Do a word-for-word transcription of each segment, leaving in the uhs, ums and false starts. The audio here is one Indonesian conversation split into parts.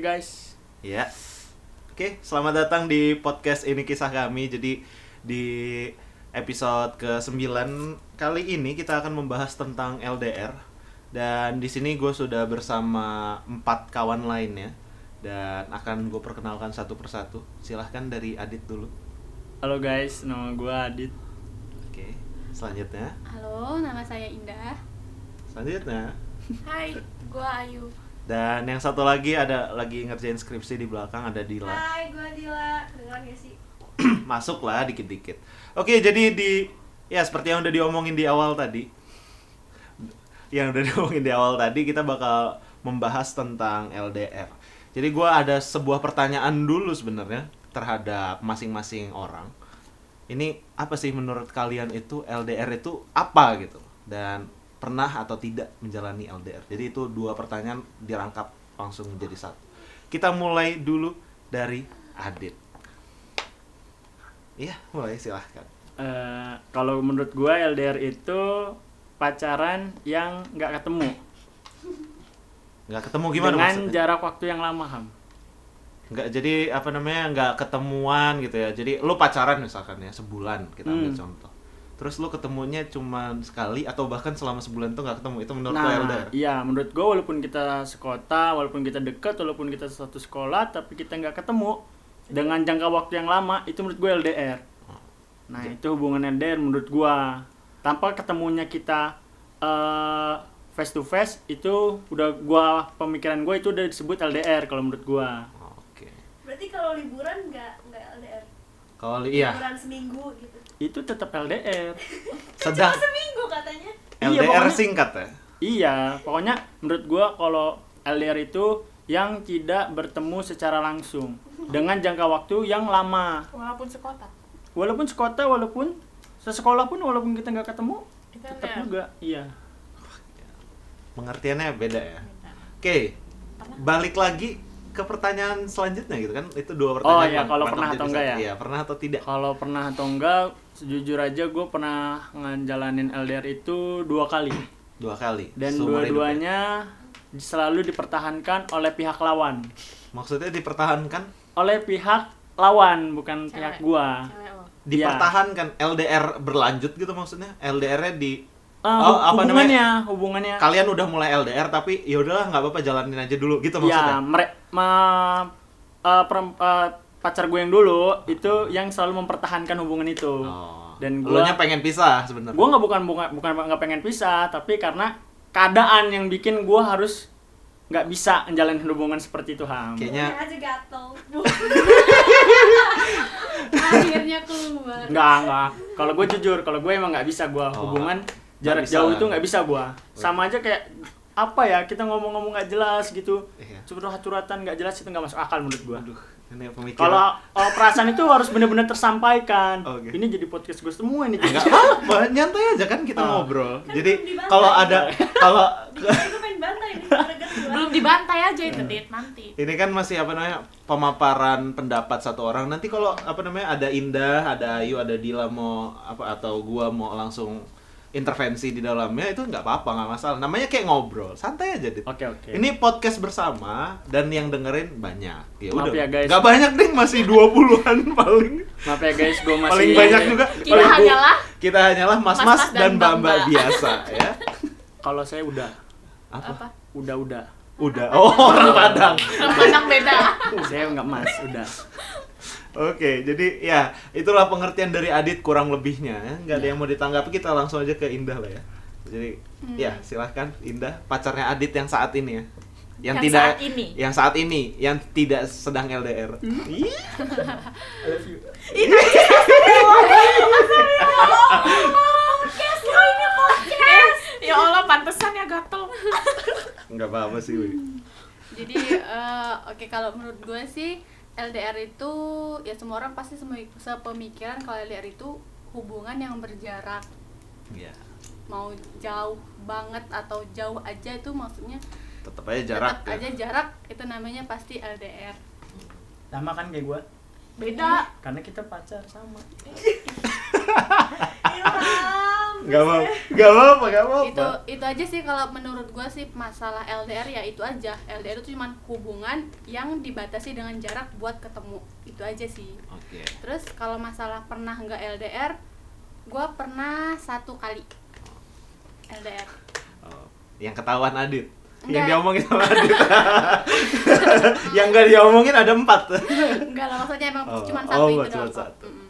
guys. Ya. Oke, selamat datang di podcast Ini Kisah Kami. Jadi di episode kesembilan kali ini kita akan membahas tentang L D R. Dan di sini gue sudah bersama empat kawan lainnya dan akan gue perkenalkan satu persatu. Silahkan dari Adit dulu. Halo guys, nama gue Adit. Oke, selanjutnya. Halo, nama saya Indah. Selanjutnya. Hai, gue Ayu. Dan yang satu lagi ada lagi ngerjain skripsi di belakang, ada Dila. Hai, gue Dila. Dengar gak sih? Masuklah dikit-dikit. Oke, jadi di ya seperti yang udah diomongin di awal tadi. Yang udah diomongin di awal tadi, kita bakal membahas tentang L D R. Jadi gue ada sebuah pertanyaan dulu sebenarnya terhadap masing-masing orang. Ini apa sih menurut kalian itu L D R itu apa gitu? Dan pernah atau tidak menjalani L D R? Jadi itu dua pertanyaan dirangkap langsung menjadi satu. Kita mulai dulu dari Adit. Iya, mulai silahkan. Uh, kalau menurut gue L D R itu pacaran yang nggak ketemu. Nggak ketemu gimana dengan maksudnya? jarak waktu yang lama, Ham. Nggak, jadi apa namanya, nggak ketemuan gitu ya. Jadi lu pacaran misalkan ya sebulan, kita ambil Hmm. contoh. Terus lu ketemunya cuma sekali atau bahkan selama sebulan tuh nggak ketemu. Itu menurut lu Nah, L D R? iya, menurut gue walaupun kita sekota, walaupun kita dekat, walaupun kita satu sekolah, tapi kita nggak ketemu dengan jangka waktu yang lama, itu menurut gue L D R. Nah, itu hubungan L D R menurut gue. Tanpa ketemunya kita uh, face to face, itu udah gua pemikiran gue itu udah disebut L D R kalau menurut gue. Oke. Berarti kalau liburan nggak nggak L D R? Kalau li- iya, Liburan seminggu gitu. Itu tetap L D R. sedang Cuma seminggu katanya. L D R Iya, pokoknya- singkat ya. Iya, pokoknya menurut gua kalau L D R itu yang tidak bertemu secara langsung dengan jangka waktu yang lama. Walaupun sekota. Walaupun sekota, walaupun sesekolah pun, walaupun kita nggak ketemu, Itu tetap L D R. juga. Iya. Pengertiannya beda ya. Oke, balik lagi ke pertanyaan selanjutnya gitu kan. Itu dua pertanyaan. Oh, iya, rang- kalau rangkap pernah jadi atau satu. enggak ya? Iya, pernah atau tidak? Kalau pernah atau enggak, sejujur aja gue pernah ngejalanin L D R itu dua kali. Dua kali. Dan seumur hidup ya? dua-duanya selalu dipertahankan oleh pihak lawan. Maksudnya dipertahankan? Oleh pihak lawan, bukan Cewek. pihak gua. Cewek lo. Dipertahankan L D R berlanjut gitu maksudnya? L D R-nya di Uh, Oh, apa hubungannya, hubungannya. kalian udah mulai L D R tapi ya udahlah nggak apa-apa jalanin aja dulu gitu Ya, maksudnya. mere- ma- uh, perem- uh, pacar gue yang dulu itu yang selalu mempertahankan hubungan itu. Oh. Dan Lu gua nya pengen pisah sebenarnya. gua nggak bukan bukan bukan nggak pengen pisah, tapi karena keadaan yang bikin gua harus nggak bisa menjalani hubungan seperti itu, Ham. Kayaknya Ngomongnya aja gatel. Akhirnya keluar. Enggak, enggak. Kalau gue jujur, kalau gue emang nggak bisa gua Oh, hubungan nggak jarak bisa jauh lah. itu nggak bisa gua. Sama aja kayak apa ya, kita ngomong-ngomong nggak jelas gitu. Iya. Curhat-curhatan nggak jelas itu nggak masuk akal menurut gua. Aduh, ini pemikiran. Kalau uh, perasaan itu harus benar-benar tersampaikan. Oke. Ini jadi podcast gue semua ini. Enggak apa-apa, nyantai aja kan kita Oh. ngobrol. Kan Jadi belum dibantai. kalau ada kalau Dikira gue pengen bantai nih. Gara-gara gua. Belum dibantai aja itu, Dit, nanti. ini kan masih apa namanya pemaparan pendapat satu orang. Nanti kalau apa namanya ada Indah, ada Ayu, ada Dila mau apa atau gua mau langsung intervensi di dalamnya itu nggak apa-apa, nggak masalah. Namanya kayak ngobrol, santai aja Dit. Oke, oke. Ini podcast bersama dan yang dengerin banyak. Ya Maaf udah. ya, guys. Nggak banyak deh, masih dua puluhan paling. Maaf ya guys, gue masih Paling banyak juga. Kita paling bu- hanyalah kita hanyalah mas-mas mas-mas dan dan mbak-mbak mbak-mbak. biasa ya. Kalau saya udah, Apa? apa? udah-udah. Udah. Oh, orang Padang. Rempah beda. Saya nggak mas, udah. Oke, jadi ya itulah pengertian dari Adit kurang lebihnya ya. Nggak ada yang mau ditanggapi, kita langsung aja ke Indah lah ya. Jadi Hmm. ya silahkan Indah, pacarnya Adit yang saat ini ya. Yang, Yang tidak saat ini. yang saat ini yang tidak sedang L D R. Ih, I love you. Podcast lo ini podcast. Ya Allah, pantesan ya gatel. nggak apa-apa sih, Wi. Jadi eh, oke, kalau menurut gue sih L D R itu ya semua orang pasti semi- sepemikiran kalau L D R itu hubungan yang berjarak, Iya. mau jauh banget atau jauh aja itu maksudnya Tetap aja jarak tetap ya. aja jarak, itu namanya pasti L D R. Sama kan kayak gue, Beda. karena kita pacar sama. Ilham. Gak apa, gak apa, gak apa. itu itu aja sih kalau menurut gue sih masalah L D R ya itu aja. L D R itu cuma hubungan yang dibatasi dengan jarak buat ketemu, itu aja sih. Oke. Terus kalau masalah pernah nggak L D R, gue pernah satu kali L D R. Oh, yang ketahuan Adit. Yang Enggak. diomongin sama Adit. Yang gak diomongin ada empat. Enggak lah, maksudnya emang Oh, cuma satu oh, itu cuma doang. satu. Mm-mm.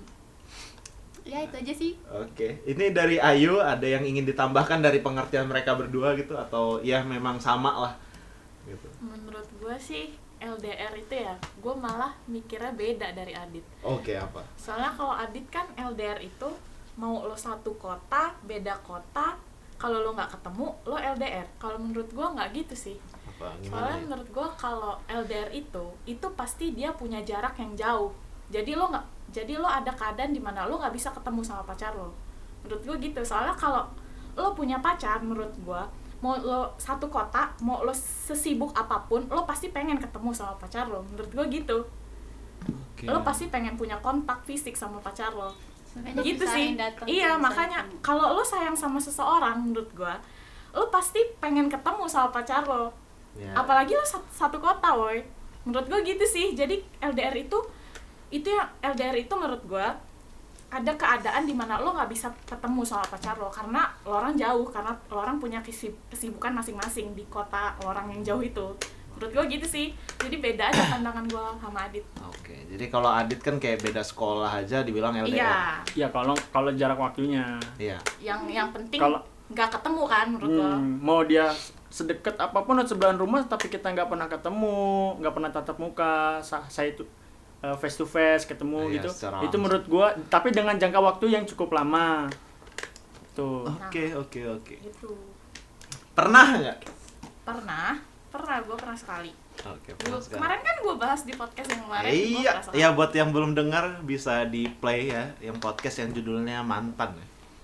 Ya itu aja sih. Oke, ini dari Ayu ada yang ingin ditambahkan dari pengertian mereka berdua gitu atau ya memang sama lah gitu. Menurut gue sih L D R itu ya, gue malah mikirnya beda dari Adit. Oke, apa? Soalnya kalau Adit kan L D R itu mau lo satu kota, beda kota, kalau lo nggak ketemu lo L D R. Kalau menurut gue nggak gitu sih. Apa gimana? Soalnya Ya? menurut gue kalau L D R itu itu pasti dia punya jarak yang jauh. Jadi lo nggak, jadi lo ada keadaan di mana lo nggak bisa ketemu sama pacar lo. Menurut gue gitu. Soalnya kalau lo punya pacar, menurut gue mau lo satu kota, mau lo sesibuk apapun, lo pasti pengen ketemu sama pacar lo. Menurut gue gitu. Oke. Lo pasti pengen punya kontak fisik sama pacar lo. Makanya Gitu diusahain sih. datang, Iya, diusahain makanya ketemu. kalau lo sayang sama seseorang, menurut gua, lo pasti pengen ketemu sama pacar lo. Ya. Apalagi lo sat- satu kota, woy. Menurut gua gitu sih. Jadi L D R itu itu yang L D R itu menurut gua ada keadaan di mana lo nggak bisa ketemu sama pacar lo karena lo orang jauh, karena lo orang punya kesib- kesibukan masing-masing di kota lo orang yang jauh itu. Menurut gua gitu sih. Jadi beda aja pandangan gua sama Adit. Oke, jadi kalau Adit kan kayak beda sekolah aja dibilang L D R. Iya. Ya kalau kalau jarak waktunya. Iya. Yang yang penting Kalau- nggak ketemu kan menurut gua. Hmm, mau dia sedekat apapun atau sebelahan rumah tapi kita nggak pernah ketemu, nggak pernah tatap muka, sa- saya itu uh, face to face ketemu Iya, gitu. secara Itu langsung. menurut gua tapi dengan jangka waktu yang cukup lama. Tuh. Oke, oke, oke. Gitu. Pernah nggak? Pernah, pernah gue pernah sekali. Oke, Gua- pernah sekali. kemarin kan gue bahas di podcast yang kemarin. Eh, gua iya, pernah sekali. ya buat yang belum dengar bisa di play ya, yang podcast yang judulnya Mantan ya.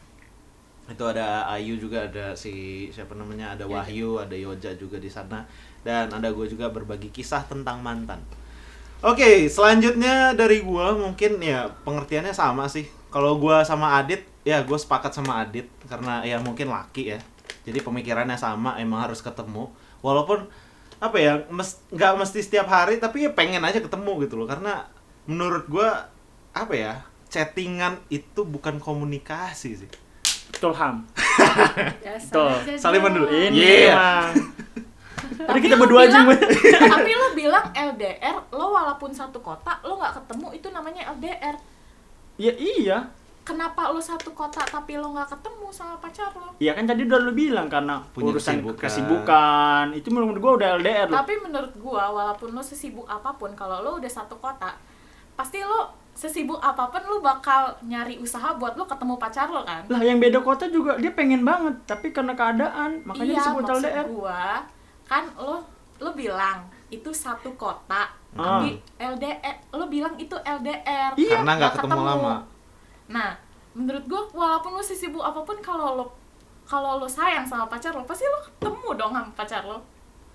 Itu ada Ayu juga, ada si siapa namanya, ada Wahyu, ada Yoja juga di sana, dan ada gue juga berbagi kisah tentang mantan. Oke, selanjutnya dari gue mungkin ya pengertiannya sama sih. Kalau gue sama Adit, ya gue sepakat sama Adit karena ya mungkin laki ya. Jadi pemikirannya sama, emang harus ketemu. Walaupun apa ya, mes, nggak mesti setiap hari, tapi ya pengen aja ketemu gitu loh. Karena menurut gue apa ya, chattingan itu bukan komunikasi sih. Betul Ham. Dasar Tuh, aja Saliman dia. dulu. Ini Yeah. emang. Tadi Tapi kita lo berdua aja. bilang- Mbak. Tapi lo bilang L D R, lo walaupun satu kota, lo nggak ketemu, itu namanya L D R. Ya iya. Kenapa lo satu kota tapi lo nggak ketemu sama pacar lo? Iya kan tadi udah lu bilang karena Punya urusan kesibukan. kesibukan. Itu menurut gua udah L D R loh. Tapi menurut gua, walaupun lo sesibuk apapun, kalau lo udah satu kota, pasti lo sesibuk apapun lo bakal nyari usaha buat lo ketemu pacar lo kan? Lah yang beda kota juga dia pengen banget, tapi karena keadaan makanya Iya, disebut L D R. maksud gua kan lo lo bilang itu satu kota, Ah. tapi L D R lo bilang itu L D R. Iya, karena nggak ketemu lama. Nah, menurut gua walaupun lo sesibuk apapun, kalau lo kalau lo sayang sama pacar lo, pasti lo ketemu dong sama pacar lo.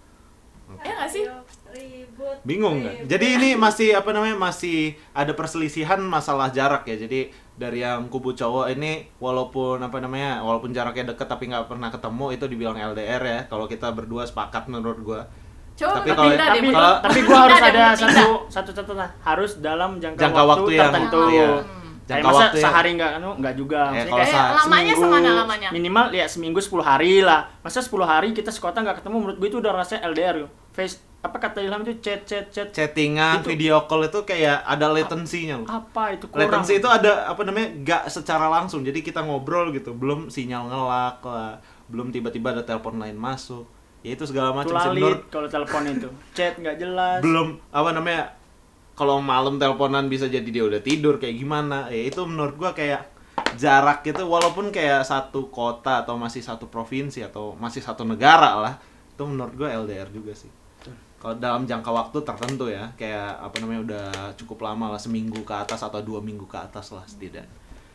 Ya nggak sih? Ayo, ribut. Bingung nggak? ribut. Jadi ini masih apa namanya, masih ada perselisihan masalah jarak ya. Jadi dari yang kubu cowok ini walaupun apa namanya, walaupun jaraknya deket tapi nggak pernah ketemu, itu dibilang L D R ya. Kalau kita berdua sepakat menurut gua. Coba Tapi menurut kalau- Dinda deh, tapi menurut- kalau- tapi menurut gua harus Dinda deh, ada menurut Dinda. satu satu catatan, harus dalam jangka, Jangka waktu yang- tertentu. iya. Kayak Jangka masa waktu yang- sehari enggak anu enggak juga. Eh, Maksudnya kalau kayak sa- lamanya seminggu, semana lamanya? minimal ya seminggu sepuluh hari lah. Masa sepuluh hari kita sekota enggak ketemu, menurut gue itu udah rasanya L D R yo. Face apa kata Ilham itu chat chat chat Chattingan, Itu- video call itu kayak ada latency-nya loh. apa itu kurang. Latency itu ada apa namanya, nggak secara langsung. Jadi kita ngobrol gitu, belum sinyal ngelak lah, belum tiba-tiba ada telepon lain masuk. Ya itu segala macam sih menurut. Tulalit kalau telepon itu. Chat enggak jelas. Belum apa namanya, kalau malam teleponan bisa jadi dia udah tidur kayak gimana. Ya itu menurut gua kayak jarak gitu, walaupun kayak satu kota atau masih satu provinsi atau masih satu negara lah, itu menurut gua L D R juga sih. Kalau dalam jangka waktu tertentu ya, kayak apa namanya, udah cukup lama lah, seminggu ke atas atau dua minggu ke atas lah setidaknya.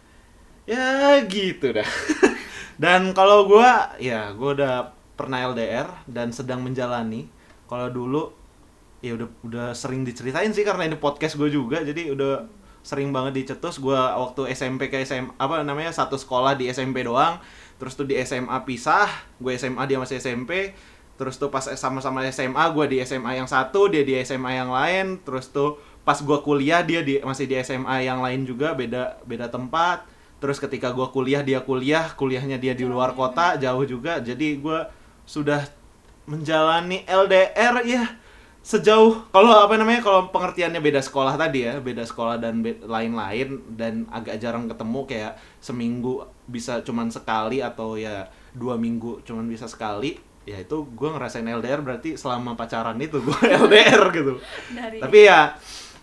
Ya gitu dah. Dan kalau gua, ya gua udah pernah L D R dan sedang menjalani. Kalau dulu ya udah udah sering diceritain sih karena ini podcast gue juga, jadi udah sering banget dicetus. Gue waktu S M P ke S M A, apa namanya, satu sekolah di S M P doang. Terus tuh di S M A pisah, gue S M A dia masih S M P. Terus tuh pas sama-sama S M A, gue di S M A yang satu, dia di S M A yang lain. Terus tuh pas gue kuliah, dia di, masih di S M A yang lain juga, beda beda tempat. Terus ketika gue kuliah, dia kuliah, kuliahnya dia di luar kota, jauh juga. Jadi gue sudah menjalani L D R ya sejauh, kalau apa namanya, kalau pengertiannya beda sekolah tadi ya, beda sekolah dan be- lain-lain, dan agak jarang ketemu, kayak seminggu bisa cuman sekali atau ya dua minggu cuman bisa sekali, ya itu gue ngerasain L D R berarti selama pacaran itu gue L D R gitu. Dari Tapi ya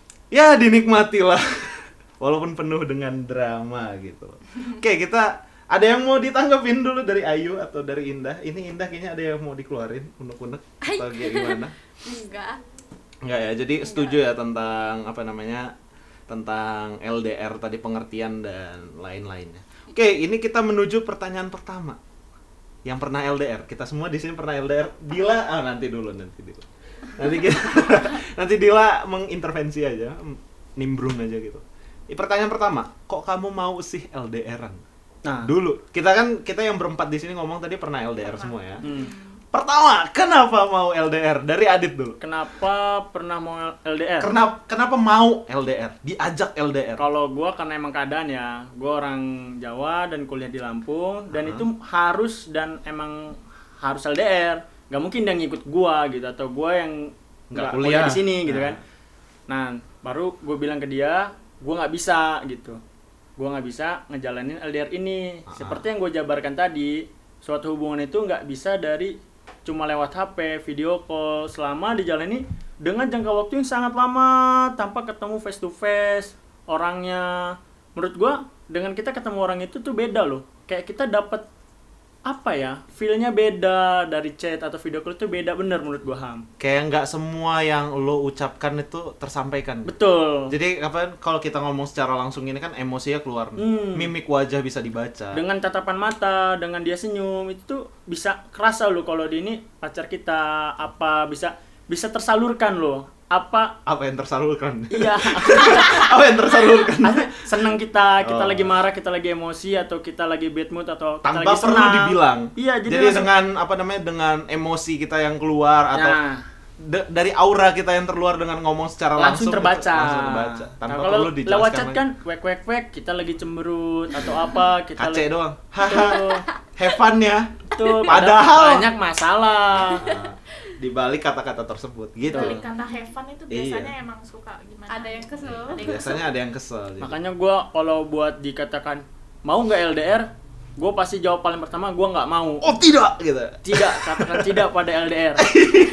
ya dinikmati lah walaupun penuh dengan drama gitu. Oke, kita ada yang mau ditanggapin dulu dari Ayu atau dari Indah? Ini Indah kayaknya ada yang mau dikeluarin, unek-unek atau kayak gimana? enggak. Enggak ya, jadi setuju ya tentang apa namanya, tentang L D R tadi, pengertian dan lain-lainnya. Oke, ini kita menuju pertanyaan pertama. Yang pernah L D R, kita semua di sini pernah L D R. Dila, ah nanti dulu, nanti dulu. Nanti kita, nanti Dila mengintervensi aja, nimbrung aja gitu. Ini pertanyaan pertama, kok kamu mau sih L D R-an? Nah, Dulu, kita kan kita yang berempat di sini ngomong tadi pernah L D R semua ya. hmm. Pertama, kenapa mau L D R? Dari Adit dulu. Kenapa pernah mau L D R? Kenapa kenapa mau L D R? Diajak L D R. Kalau gue karena emang keadaan ya, gue orang Jawa dan kuliah di Lampung, dan Uh-huh. itu harus dan emang harus L D R. Gak mungkin dia ngikut gue gitu, atau gue yang Nggak nggak kuliah. kuliah di sini gitu Nah. kan. Nah, baru gue bilang ke dia, gue nggak bisa gitu. Gue nggak bisa ngejalanin L D R ini. Uh-huh. Seperti yang gue jabarkan tadi, suatu hubungan itu nggak bisa dari cuma lewat H P, video call, selama dijalani dengan jangka waktu yang sangat lama tanpa ketemu face to face orangnya. Menurut gua dengan kita ketemu orang itu tuh beda loh. Kayak kita dapat apa ya, feel-nya beda dari chat atau video call itu beda bener menurut gua, Ham. Kayak nggak semua yang lo ucapkan itu tersampaikan. Betul. Jadi apa, kalau kita ngomong secara langsung ini kan emosinya keluar. Hmm. Mimik wajah bisa dibaca. Dengan tatapan mata, dengan dia senyum, itu tuh bisa kerasa loh kalau dia ini pacar kita, apa bisa bisa tersalurkan loh. Apa Apa yang tersalurkan? iya. Apa yang tersalurkan? Seneng kita, kita Oh. lagi marah, kita lagi emosi, atau kita lagi bad mood, atau kita Tanpa lagi perlu senang. dibilang. Iya, jadi, Jadi langsung- dengan apa namanya, dengan emosi kita yang keluar atau Nah, de- dari aura kita yang terluar dengan ngomong secara langsung, langsung, terbaca. gitu, langsung terbaca tanpa Nah, kalau perlu dijelaskan lewat chat lagi. kan, wek wek wek, kita lagi cemberut atau apa, kita Kace lagi doang. tuh, Have fun ya. tuh, Padahal- banyak masalah. Di balik kata-kata tersebut gitu. Balik kata have fun itu Iya. biasanya emang suka gimana? Ada yang kesel. Ada yang Biasanya ada yang kesel. jadi. Makanya gue kalau buat dikatakan mau nggak L D R, gue pasti jawab paling pertama gue nggak mau. Oh tidak gitu. Tidak, katakan tidak pada L D R.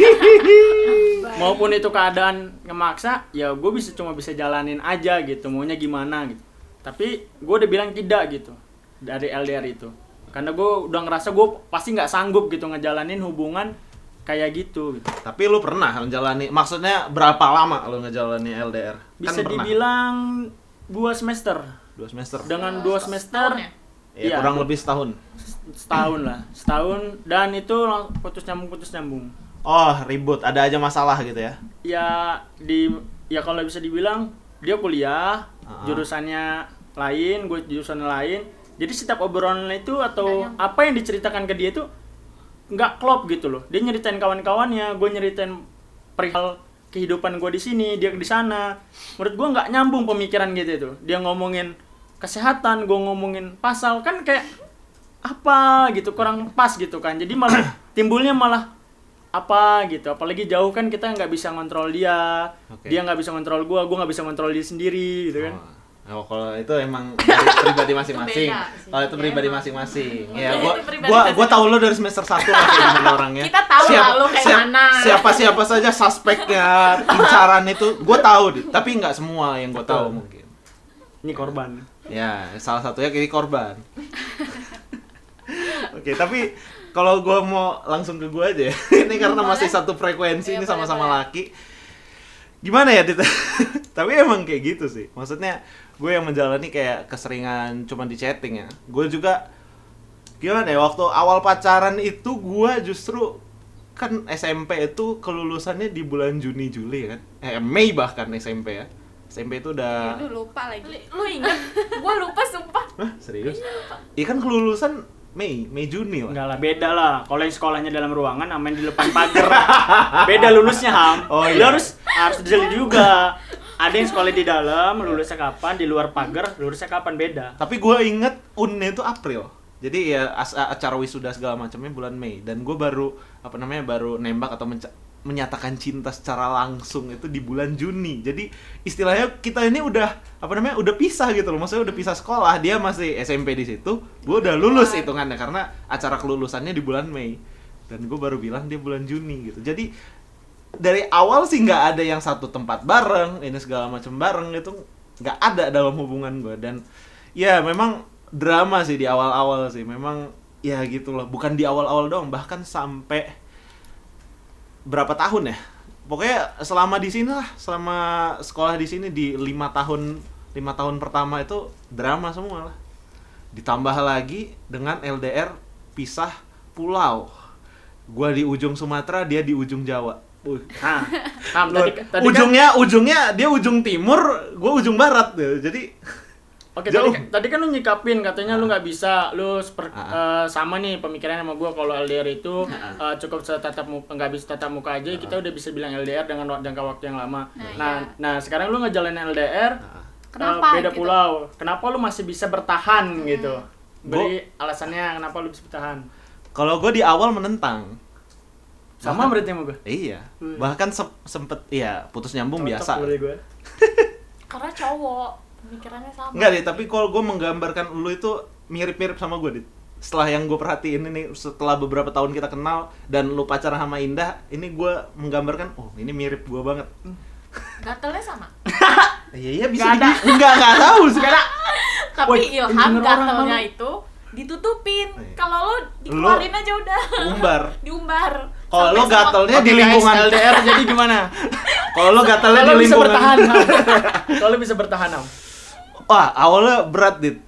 Maupun itu keadaan ngemaksa, ya gue bisa cuma bisa jalanin aja gitu, maunya gimana gitu. Tapi gue udah bilang tidak gitu dari L D R itu, karena gue udah ngerasa gue pasti nggak sanggup gitu ngejalanin hubungan kayak gitu. Gitu. Tapi lu pernah menjalani, maksudnya berapa lama lu ngejalani L D R? Bisa kan pernah. dibilang dua semester. Dua semester. Dengan dua semester, Setahun ya? Ya, iya. kurang lebih setahun. setahun lah, setahun, dan itu lang- putus nyambung putus nyambung. Oh, ribut, ada aja masalah gitu ya. Ya di ya kalau bisa dibilang dia kuliah, Ah. jurusannya lain, gue jurusan lain. Jadi setiap obrolan itu atau Nggak nyambung. apa yang diceritakan ke dia itu nggak klop gitu loh. Dia nyeritain kawan-kawannya, gue nyeritain perihal kehidupan gue di sini, dia di sana. Menurut gue nggak nyambung pemikiran gitu itu. Dia ngomongin kesehatan, gue ngomongin pasal, kan kayak apa gitu, kurang pas gitu kan. Jadi malah timbulnya malah apa gitu. Apalagi jauh kan kita nggak bisa ngontrol dia, Oke. dia nggak bisa ngontrol gue, gue nggak bisa ngontrol dia sendiri gitu kan. Oh, kalau itu emang dari pribadi masing-masing. Beda sih. Kalau itu Ya, pribadi emang. masing-masing. Iya, Ya, itu gua pribadi gua gua masing-masing. tahu lo dari semester satu lah kayak gimana orangnya. Kita tahu lah lo kayak mana. Siapa-siapa saja suspeknya, incaran itu gua tahu, Dit. Tapi nggak semua yang gua tahu Betul. mungkin. Ini korban. Ya, salah satunya kiri korban. Oke, tapi kalau gua mau langsung ke gua aja ya. Ini karena masih satu frekuensi, Iya, ini boleh, sama-sama boleh. laki. Gimana ya, Dit? Tapi emang kayak gitu sih. Maksudnya gue yang menjalani kayak keseringan cuma di chatting ya. Gue juga gimana ya, waktu awal pacaran itu gue justru kan S M P itu kelulusannya di bulan Juni Juli kan. Eh Mei bahkan S M P ya. S M P itu udah. Lu lupa lagi. Li- Lu inget? Gua lupa sumpah. Hah, serius? Iya kan kelulusan Mei, Mei Juni lah. Enggak lah, beda lah. Kalau yang sekolahnya dalam ruangan, sama yang di depan pagar. Beda lulusnya, Ham. Oh, Lu iya. harus harus dijeli juga. Ada yang sekolah di dalam, lulusnya kapan, di luar pagar, lulusnya kapan, beda. Tapi gue inget unnya itu April. Jadi ya as- acara wisuda segala macamnya bulan Mei, dan gue baru apa namanya baru nembak atau menca- menyatakan cinta secara langsung itu di bulan Juni. Jadi istilahnya kita ini udah apa namanya udah pisah gitu loh. Maksudnya udah pisah sekolah. Dia masih S M P di situ, gue udah lulus hitungannya karena acara kelulusannya di bulan Mei. Dan gue baru bilang dia bulan Juni gitu. Jadi dari awal sih nggak ada yang satu tempat bareng, ini segala macam bareng, itu nggak ada dalam hubungan gue. Dan ya memang drama sih di awal-awal sih, memang ya gitu loh. Bukan di awal-awal doang, bahkan sampai berapa tahun ya, pokoknya selama di sini lah, selama sekolah di sini di lima tahun lima tahun pertama itu drama semua lah. Ditambah lagi dengan L D R pisah pulau, gua di ujung Sumatera, dia di ujung Jawa. Uh, Nah, Ham, tadi, tadi ujungnya ujungnya dia ujung timur, gue ujung barat tuh. Jadi kan, oke, jauh. tadi, tadi kan lu nyikapin katanya lu nggak bisa, lu seper, Ah. eh, sama nih pemikirannya sama gua kalau L D R itu eh, cukup setatap muka, nggak bisa tatap muka aja, kita udah bisa bilang L D R dengan wak- jangka waktu yang lama. Nah, Nah, iya. nah sekarang lu ngejalanin L D R, Kenapa eh, beda gitu? pulau, kenapa lu masih bisa bertahan gitu? Gua- Beri alasannya kenapa lu bisa bertahan. kalau gue di awal menentang. Sama Bahkan- berarti sama gue. Iya, Hmm. bahkan se- sempet ya putus nyambung Cocok biasa. boleh gue. Karena cowok pemikirannya sama. Enggak deh, tapi kalau gue menggambarkan lu itu mirip-mirip sama gue, Dit. Setelah yang gue perhatiin ini, setelah beberapa tahun kita kenal dan lu pacaran sama Indah, ini gue menggambarkan, oh ini mirip gue banget. Gatelnya sama. Iya iya bisa Nggak ada. dibi- Enggak enggak tahu sih. Tapi Woi, Ilham denger orang gatelnya sama itu ditutupin. Iya. Kalau lo dikeluarin aja udah. Umbar. Diumbar. Kalau Sampai lo semua- gatelnya Oke di guys, lingkungan L D R jadi gimana? Kalau lo gatelnya di Kalau bisa lingkungan. bertahan. Ham. Kalau lu bisa bertahan, Ham. Wah, awalnya berat, Dit.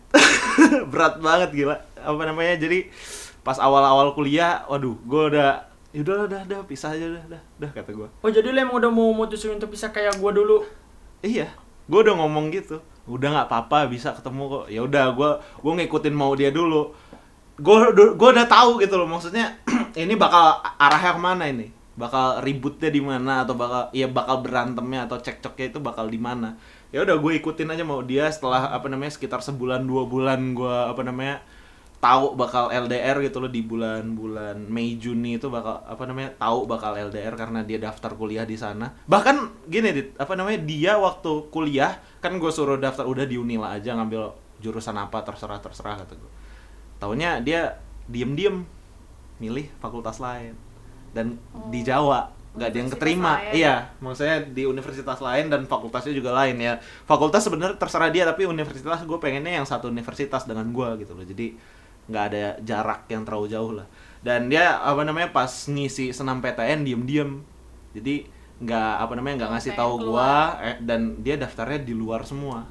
Berat banget gila. Apa namanya? Jadi pas awal-awal kuliah, waduh, gue udah ya udah udah udah pisah aja udah udah udah kata gue. Oh, jadi lu emang udah mau mutusin untuk pisah kayak gua dulu. Iya, gue udah ngomong gitu. Udah nggak apa-apa, bisa ketemu kok. Ya udah, gue gue ngikutin mau dia dulu. Gue gue udah tahu gitu loh, maksudnya ini bakal arahnya kemana ini? Bakal ributnya di mana atau bakal ya bakal berantemnya atau cekcoknya itu bakal di mana? Ya udah, gue ikutin aja mau dia. Setelah apa namanya sekitar sebulan dua bulan gue apa namanya tahu bakal L D R gitu loh, di bulan-bulan Mei Juni itu bakal apa namanya tahu bakal L D R karena dia daftar kuliah di sana. Bahkan gini, Dit, apa namanya dia waktu kuliah kan gue suruh daftar udah di Unila aja, ngambil jurusan apa terserah terserah kata gue. Taunya dia diem-diem milih fakultas lain dan di Jawa nggak ada yang Universitas keterima. lain. Iya, maksudnya di universitas lain dan fakultasnya juga lain ya. Fakultas sebenarnya terserah dia, tapi universitas gue pengennya yang satu universitas dengan gue gitu loh. Jadi nggak ada jarak yang terlalu jauh lah. Dan dia apa namanya pas ngisi senam P T N diem-diem. Jadi nggak apa namanya nggak ngasih Pengen tahu gue eh, dan dia daftarnya di luar semua.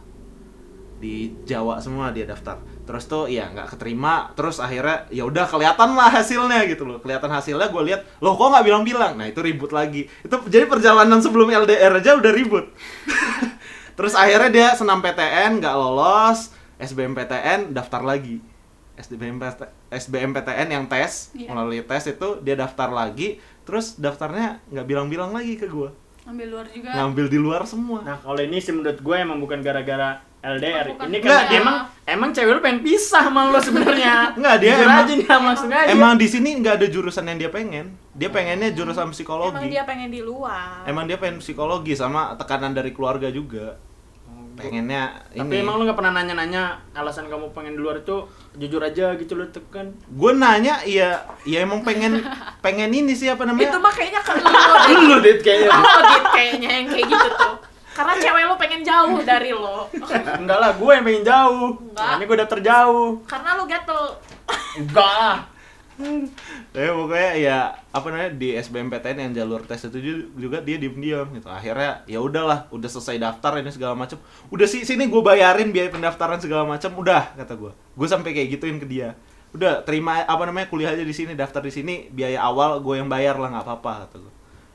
Di Jawa semua dia daftar. Terus tuh ya nggak keterima, terus akhirnya ya udah kelihatan lah hasilnya gitu loh. Kelihatan hasilnya, gue lihat, loh kok nggak bilang-bilang. Nah, itu ribut lagi. Itu jadi perjalanan sebelum L D R aja udah ribut. Terus akhirnya dia senam P T N nggak lolos, S B M P T N daftar lagi. S B M P T N, S B M P T N yang tes, Iya. melalui tes itu dia daftar lagi, terus daftarnya nggak bilang-bilang lagi ke gue. Ambil luar juga. Ngambil di luar semua. Nah, kalau ini sih menurut gue emang bukan gara-gara L D R. Oh, bukan. Ini Nggak, karena dia- emang emang cewek lu pengen pisah sama lu sebenarnya. Nggak, dia Jujur emang- aja nih, langsung aja. Emang di sini nggak ada jurusan yang dia pengen. Dia pengennya jurusan Emang psikologi. dia pengen di luar. Emang dia pengen psikologi sama tekanan dari keluarga juga. Pengennya Tapi ini. emang lu nggak pernah nanya-nanya alasan kamu pengen di luar itu jujur aja gitu lu tekan. Gue nanya, iya, ya emang pengen pengen ini sih apa namanya? Itu mah kayaknya ke lo deh. Lu dit kayaknya. Lo Dit, kayaknya yang kayak gitu tuh. Karena cewek lo pengen jauh dari lo. Enggak lah, gue yang pengen jauh. Enggak. Nah, ini gue daftar jauh. Karena lo gatel. Enggak lah. Tapi pokoknya ya apa namanya di S B M P T N yang jalur tes itu ju- juga dia diem-diem gitu. Akhirnya ya udahlah, udah selesai daftar ini segala macam. Udah sih sini gue bayarin biaya pendaftaran segala macam. Udah kata gue. Gue sampai kayak gituin ke dia. Udah terima apa namanya kuliah aja di sini, daftar di sini, biaya awal gue yang bayar lah nggak apa-apa kata gue.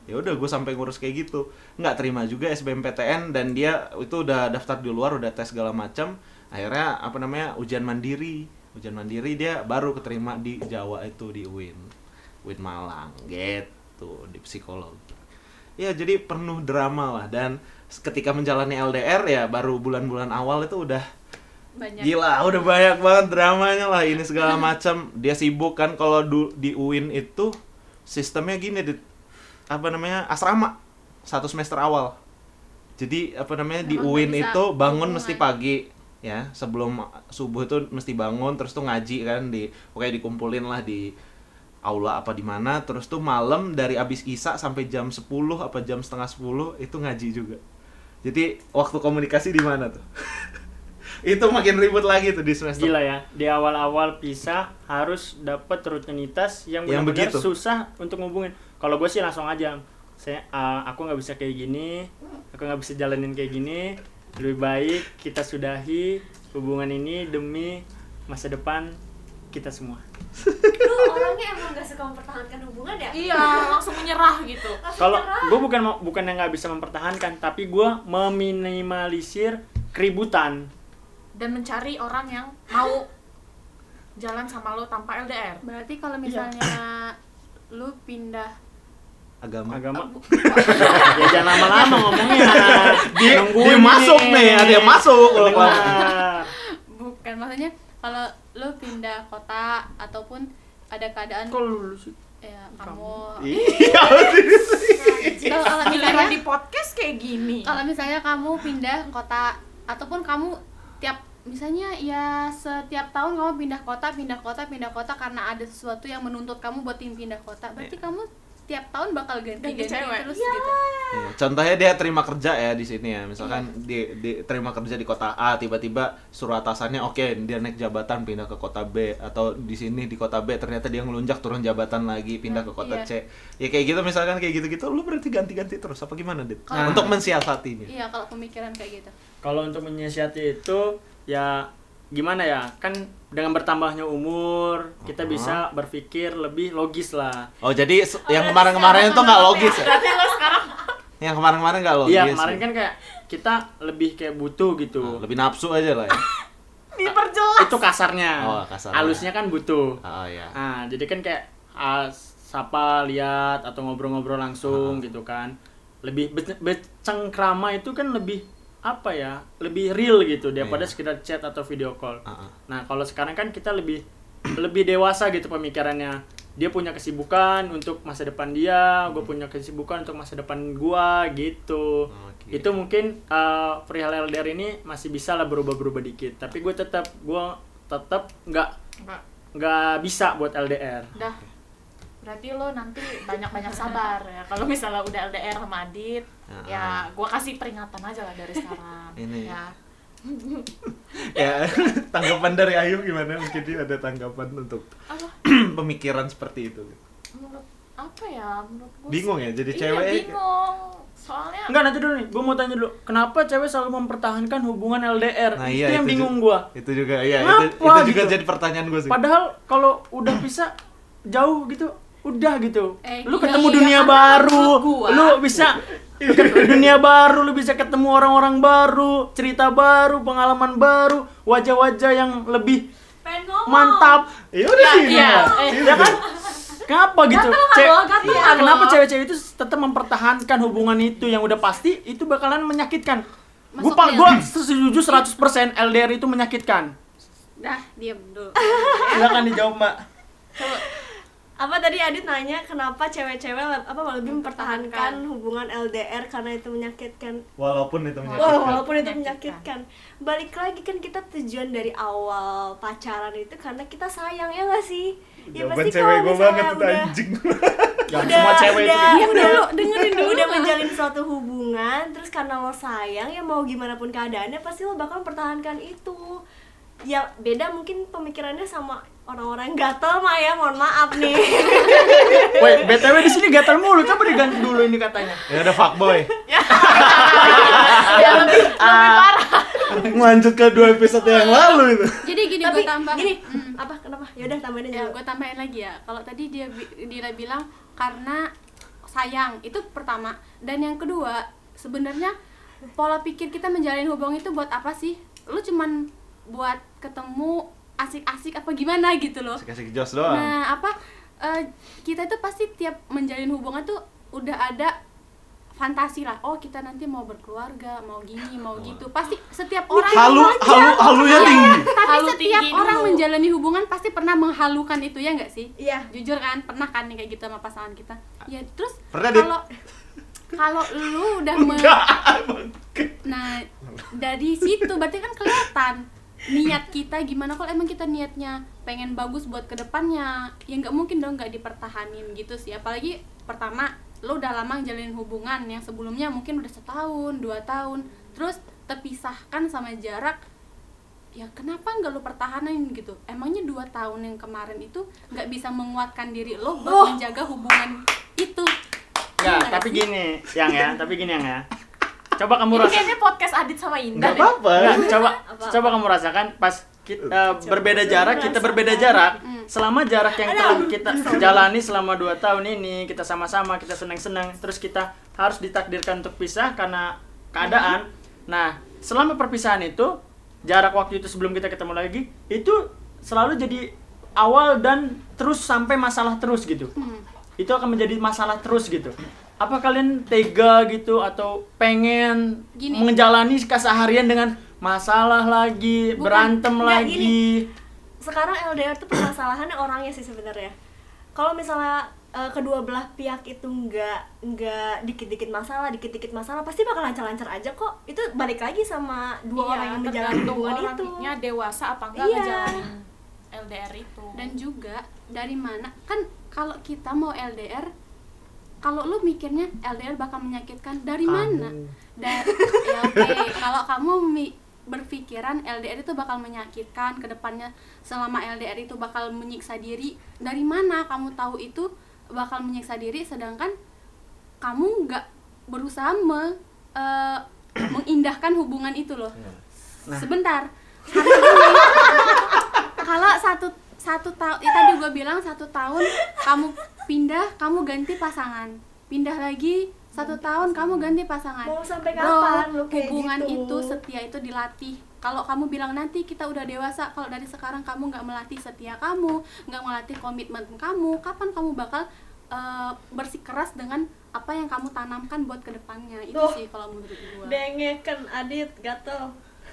Ya udah gue sampai ngurus kayak gitu, nggak terima juga S B M P T N, dan dia itu udah daftar di luar, udah tes segala macam, akhirnya apa namanya ujian mandiri ujian mandiri dia baru keterima di Jawa itu, di U I N U I N Malang gitu, di psikologi. Ya jadi penuh drama lah, dan ketika menjalani L D R ya baru bulan-bulan awal itu udah Banyak. gila, udah banyak banget dramanya lah, ini segala macam. Dia sibuk kan, kalau du- di U I N itu sistemnya gini, di, apa namanya asrama satu semester awal. Jadi apa namanya di Emang U I N nggak bisa itu bangun hubungan. mesti pagi ya, sebelum subuh itu mesti bangun, terus tuh ngaji kan, di pokoknya dikumpulin lah di aula apa di mana, terus tuh malam dari abis isya sampai jam sepuluh apa jam setengah sepuluh itu ngaji juga. Jadi waktu komunikasi di mana tuh? Itu makin ribut lagi tuh di semester. Gila ya, di awal-awal pisah harus dapat rutinitas yang Yang benar-benar begitu. susah untuk ngubungin. Kalau gue sih langsung aja, saya uh, aku nggak bisa kayak gini, aku nggak bisa jalanin kayak gini, lebih baik kita sudahi hubungan ini demi masa depan kita semua. Lu orangnya emang gak suka mempertahankan hubungan ya? Iya, langsung menyerah gitu. Kalau gue bukan mau- bukan yang nggak bisa mempertahankan, tapi gue meminimalisir keributan. Dan mencari orang yang mau jalan sama lo tanpa L D R. Berarti kalau misalnya lu pindah Agama. Agama. Ya jangan lama-lama ngomongnya. Dia, Nungguin dia masuk nih, ada yang masuk kalau Benar. kelamaan. bukan maksudnya kalau lu pindah kota ataupun ada keadaan Kok lu sih? ya kamu Iya. kalau kalau Giliran misalnya di podcast kayak gini. kalau misalnya kamu pindah kota ataupun kamu tiap misalnya ya setiap tahun kamu pindah kota pindah kota pindah kota karena ada sesuatu yang menuntut kamu buat tim pindah kota, berarti kamu tiap tahun bakal ganti-ganti Ganti cewek. terus Ya. gitu. Iya, contohnya dia terima kerja ya di sini ya, misalkan dia, dia terima kerja di kota A, tiba-tiba suruh atasannya oke dia naik jabatan pindah ke kota B, atau di sini di kota B ternyata dia ngelunjak turun jabatan lagi pindah ke kota Iya. C. Ya kayak gitu misalkan kayak gitu-gitu, lu berarti ganti-ganti terus apa gimana, Dit? Kalau- Untuk mensiasatinya. Iya kalau pemikiran kayak gitu. Kalau untuk menyiasati itu ya gimana ya, kan dengan bertambahnya umur kita Uh-huh. bisa berpikir lebih logis lah. Oh jadi se- yang kemarin-kemarin itu nggak logis ya? Berarti lo sekarang Yang kemarin-kemarin nggak logis. Iya kemarin ya? kan kayak kita lebih kayak butuh gitu. Nah, lebih nafsu aja lah ya. diperjelas. Itu kasarnya. Oh, kasarnya. Halusnya kan butuh. Oh ya. Nah, jadi kan kayak ah, sapa, lihat atau ngobrol-ngobrol langsung Ah. gitu kan. Lebih be- becengkrama itu kan lebih apa ya? Lebih real gitu daripada Iya. sekedar chat atau video call. Ah, ah. Nah, kalau sekarang kan kita lebih lebih dewasa gitu pemikirannya. Dia punya kesibukan untuk masa depan dia, gue punya kesibukan untuk masa depan gua gitu. Oke. Itu mungkin uh, perihal L D R ini masih bisa lah berubah-berubah dikit. Tapi gue tetap gue tetap nggak Enggak. nggak bisa buat L D R. Udah. Berarti lo nanti banyak-banyak sabar ya. Kalau misalnya udah L D R sama Adit, Ah. ya gua kasih peringatan aja lah dari sekarang. Ini. Ya. Ya, tanggapan dari Ayu gimana? Mungkin dia ada tanggapan untuk Apa? pemikiran seperti itu. Menurut apa ya? Menurut gua Bingung sih- ya jadi iya, cewek. bingung. Soalnya Enggak, nanti dulu nih, gue mau tanya dulu. Kenapa cewek selalu mempertahankan hubungan L D R? Nah, itu iya, yang itu bingung ju- gue. Itu juga iya, Ngapa itu, itu juga gitu? jadi pertanyaan gue sih. Padahal kalau udah pisah jauh gitu, udah gitu. Eh, Lu iya, ketemu iya, dunia karena baru. menurut gua- Lu bisa ke dunia baru, lu bisa ketemu orang-orang baru, cerita baru, pengalaman baru, wajah-wajah yang lebih Pengen ngomong. mantap. Ya udah sih. iya, iya. eh, Ya kan? Kenapa gitu? Ce- lo, gatel kan kenapa lo. cewek-cewek itu tetap mempertahankan hubungan itu yang udah pasti itu bakalan menyakitkan? Gue Masuk pak, real. gue setuju seratus persen L D R itu menyakitkan. Dah, diam dulu. Silakan dijawab, Mbak. Apa tadi Adit nanya kenapa cewek-cewek le- apa lebih mempertahankan hubungan L D R karena itu menyakitkan. Walaupun itu Wah, menyakitkan. walaupun itu Menyakitkan. menyakitkan. Balik lagi kan kita tujuan dari awal pacaran itu karena kita sayang ya nggak sih? Ya Jawaban pasti cewek kalau gue misalnya banget itu udah anjing. Ya, udah semua cewek itu udah, kayak gitu. udah dengerin dulu udah menjalin suatu hubungan terus karena lo sayang ya mau gimana pun keadaannya pasti lo bakal mempertahankan itu. Ya beda mungkin pemikirannya sama orang-orang yang gatel mah ya, mohon maaf nih. Wait, B T W di sini gatal mulu, coba diganti dulu ini katanya. Ya udah fuckboy. ya lebih lebih parah. Lanjut ke dua episode yang lalu itu. Jadi gini Tapi gue tambah. gini, Mm. apa kenapa? Ya udah tambahin aja. Ya, dulu. gue tambahin lagi ya. Kalau tadi dia bi- dia bilang karena sayang, itu pertama. Dan yang kedua, sebenarnya pola pikir kita menjalin hubungan itu buat apa sih? Lu cuman buat ketemu asik-asik apa gimana gitu loh. Asik-asik jos doang. Nah, apa uh, kita itu pasti tiap menjalin hubungan tuh udah ada fantasi lah. Oh, kita nanti mau berkeluarga, mau gini, mau gitu. Pasti setiap orang Halu, halu, halunya Iya, tinggi. tapi Halu setiap tinggi orang dulu. menjalani hubungan pasti pernah menghalukan itu, ya nggak sih? Iya. Jujur kan, pernah kan kayak gitu sama pasangan kita. Ya terus Pernah, Dit? kalau kalau lu udah me- nah dari situ berarti kan kelihatan niat kita gimana. Kalau emang kita niatnya pengen bagus buat kedepannya, ya nggak mungkin dong nggak dipertahanin gitu sih. Apalagi pertama lo udah lama ngejalanin hubungan yang sebelumnya mungkin udah setahun dua tahun, terus terpisahkan sama jarak, ya kenapa nggak lo pertahanin gitu? Emangnya dua tahun yang kemarin itu nggak bisa menguatkan diri lo buat Oh. menjaga hubungan itu? Enggak, Iya tapi sih? gini, yang ya, tapi gini yang ya. Coba kamu Ini rasakan. kayaknya podcast Adit sama Indah Enggak deh. apa-apa. Enggak, coba Apa? coba kamu rasakan pas kita berbeda jarak, kita berbeda jarak. Hmm. Selama jarak yang telah kita jalani selama dua tahun ini, kita sama-sama, kita senang-senang, terus kita harus ditakdirkan untuk pisah karena keadaan. Nah, selama perpisahan itu, jarak waktu itu sebelum kita ketemu lagi, itu selalu jadi awal dan terus sampai masalah terus gitu. Hmm. Itu akan menjadi masalah terus gitu. Apa kalian tega gitu atau pengen Gini. menjalani keseharian dengan masalah lagi, Bukan, berantem enggak, lagi? gini. Sekarang L D R tuh permasalahannya orangnya sih sebenarnya. Kalau misalnya eh, kedua belah pihak itu nggak nggak dikit-dikit masalah, dikit-dikit masalah, pasti bakal lancar-lancar aja kok. Itu balik lagi sama dua Iya, orang yang menjalani tergantung hubungan itu. orangnya dewasa apa enggak Iya. ngejalanin L D R itu. Dan juga dari mana kan kalau kita mau L D R, kalau lu mikirnya L D R bakal menyakitkan, dari mana? Dari ya oke, kalau kamu mi- berpikiran L D R itu bakal menyakitkan ke depannya, selama L D R itu bakal menyiksa diri, dari mana kamu tahu itu bakal menyiksa diri sedangkan kamu nggak berusaha me- eh, mengindahkan hubungan itu loh. Nah. Sebentar. Karena gini, kalau satu satu tahun, ya tadi gue bilang satu tahun kamu pindah, kamu ganti pasangan, pindah lagi satu tahun kamu ganti pasangan. Mau sampai Bro, kapan lu kayak hubungan gitu? itu setia itu dilatih. Kalau kamu bilang nanti kita udah dewasa, kalau dari sekarang kamu nggak melatih setia kamu, nggak melatih komitmen kamu, kapan kamu bakal uh, bersikeras dengan apa yang kamu tanamkan buat kedepannya? Itu Tuh. sih kalau menurut gue. Dengekan Adit gatel.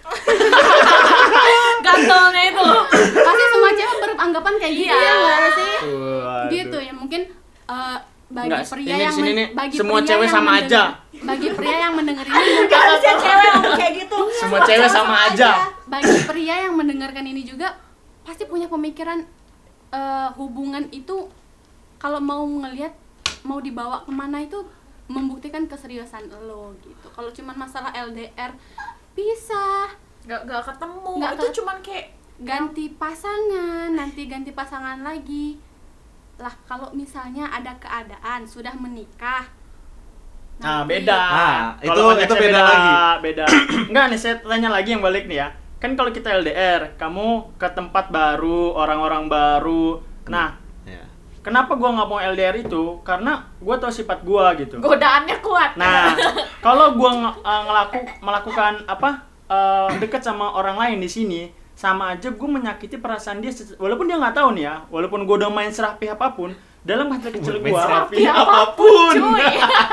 Gantolnya itu. Pasti semua cewek beranggapan kayak gitu Iya. ya nggak sih? Waduh. Gitu ya mungkin uh, bagi Enggak, pria ini yang di sini men- nih, bagi semua pria cewek yang sama mendengar- aja. Bagi pria yang mendengar ini mungkin Harusnya cewek ngomong kayak gitu. Semua cewek sama aja. bagi pria yang mendengarkan ini juga pasti punya pemikiran eh, hubungan itu kalau mau ngelihat mau dibawa kemana itu membuktikan keseriusan lo gitu. Kalau cuman masalah L D R pisah, Gak, gak ketemu. Nggak itu ke- cuman kayak ganti pasangan, nanti ganti pasangan lagi. Lah kalau misalnya ada keadaan sudah menikah. Nah, nanti- beda. Nah, Kalau itu- konteksnya itu beda lagi. Beda. Enggak nih, saya tanya lagi yang balik nih ya. Kan kalau kita L D R, kamu ke tempat baru, orang-orang baru. Nah, Ya. kenapa gua nggak mau L D R itu? Karena gua tahu sifat gua gitu. godaannya kuat. Nah, kalau gua nge- eh, ngelaku melakukan apa? eh, deket sama orang lain di sini, sama aja gue menyakiti perasaan dia. se- Walaupun dia nggak tahu nih ya, walaupun gue udah main serapi apapun, dalam hati kecil Main gue, serapi Tapi apapun. cuy.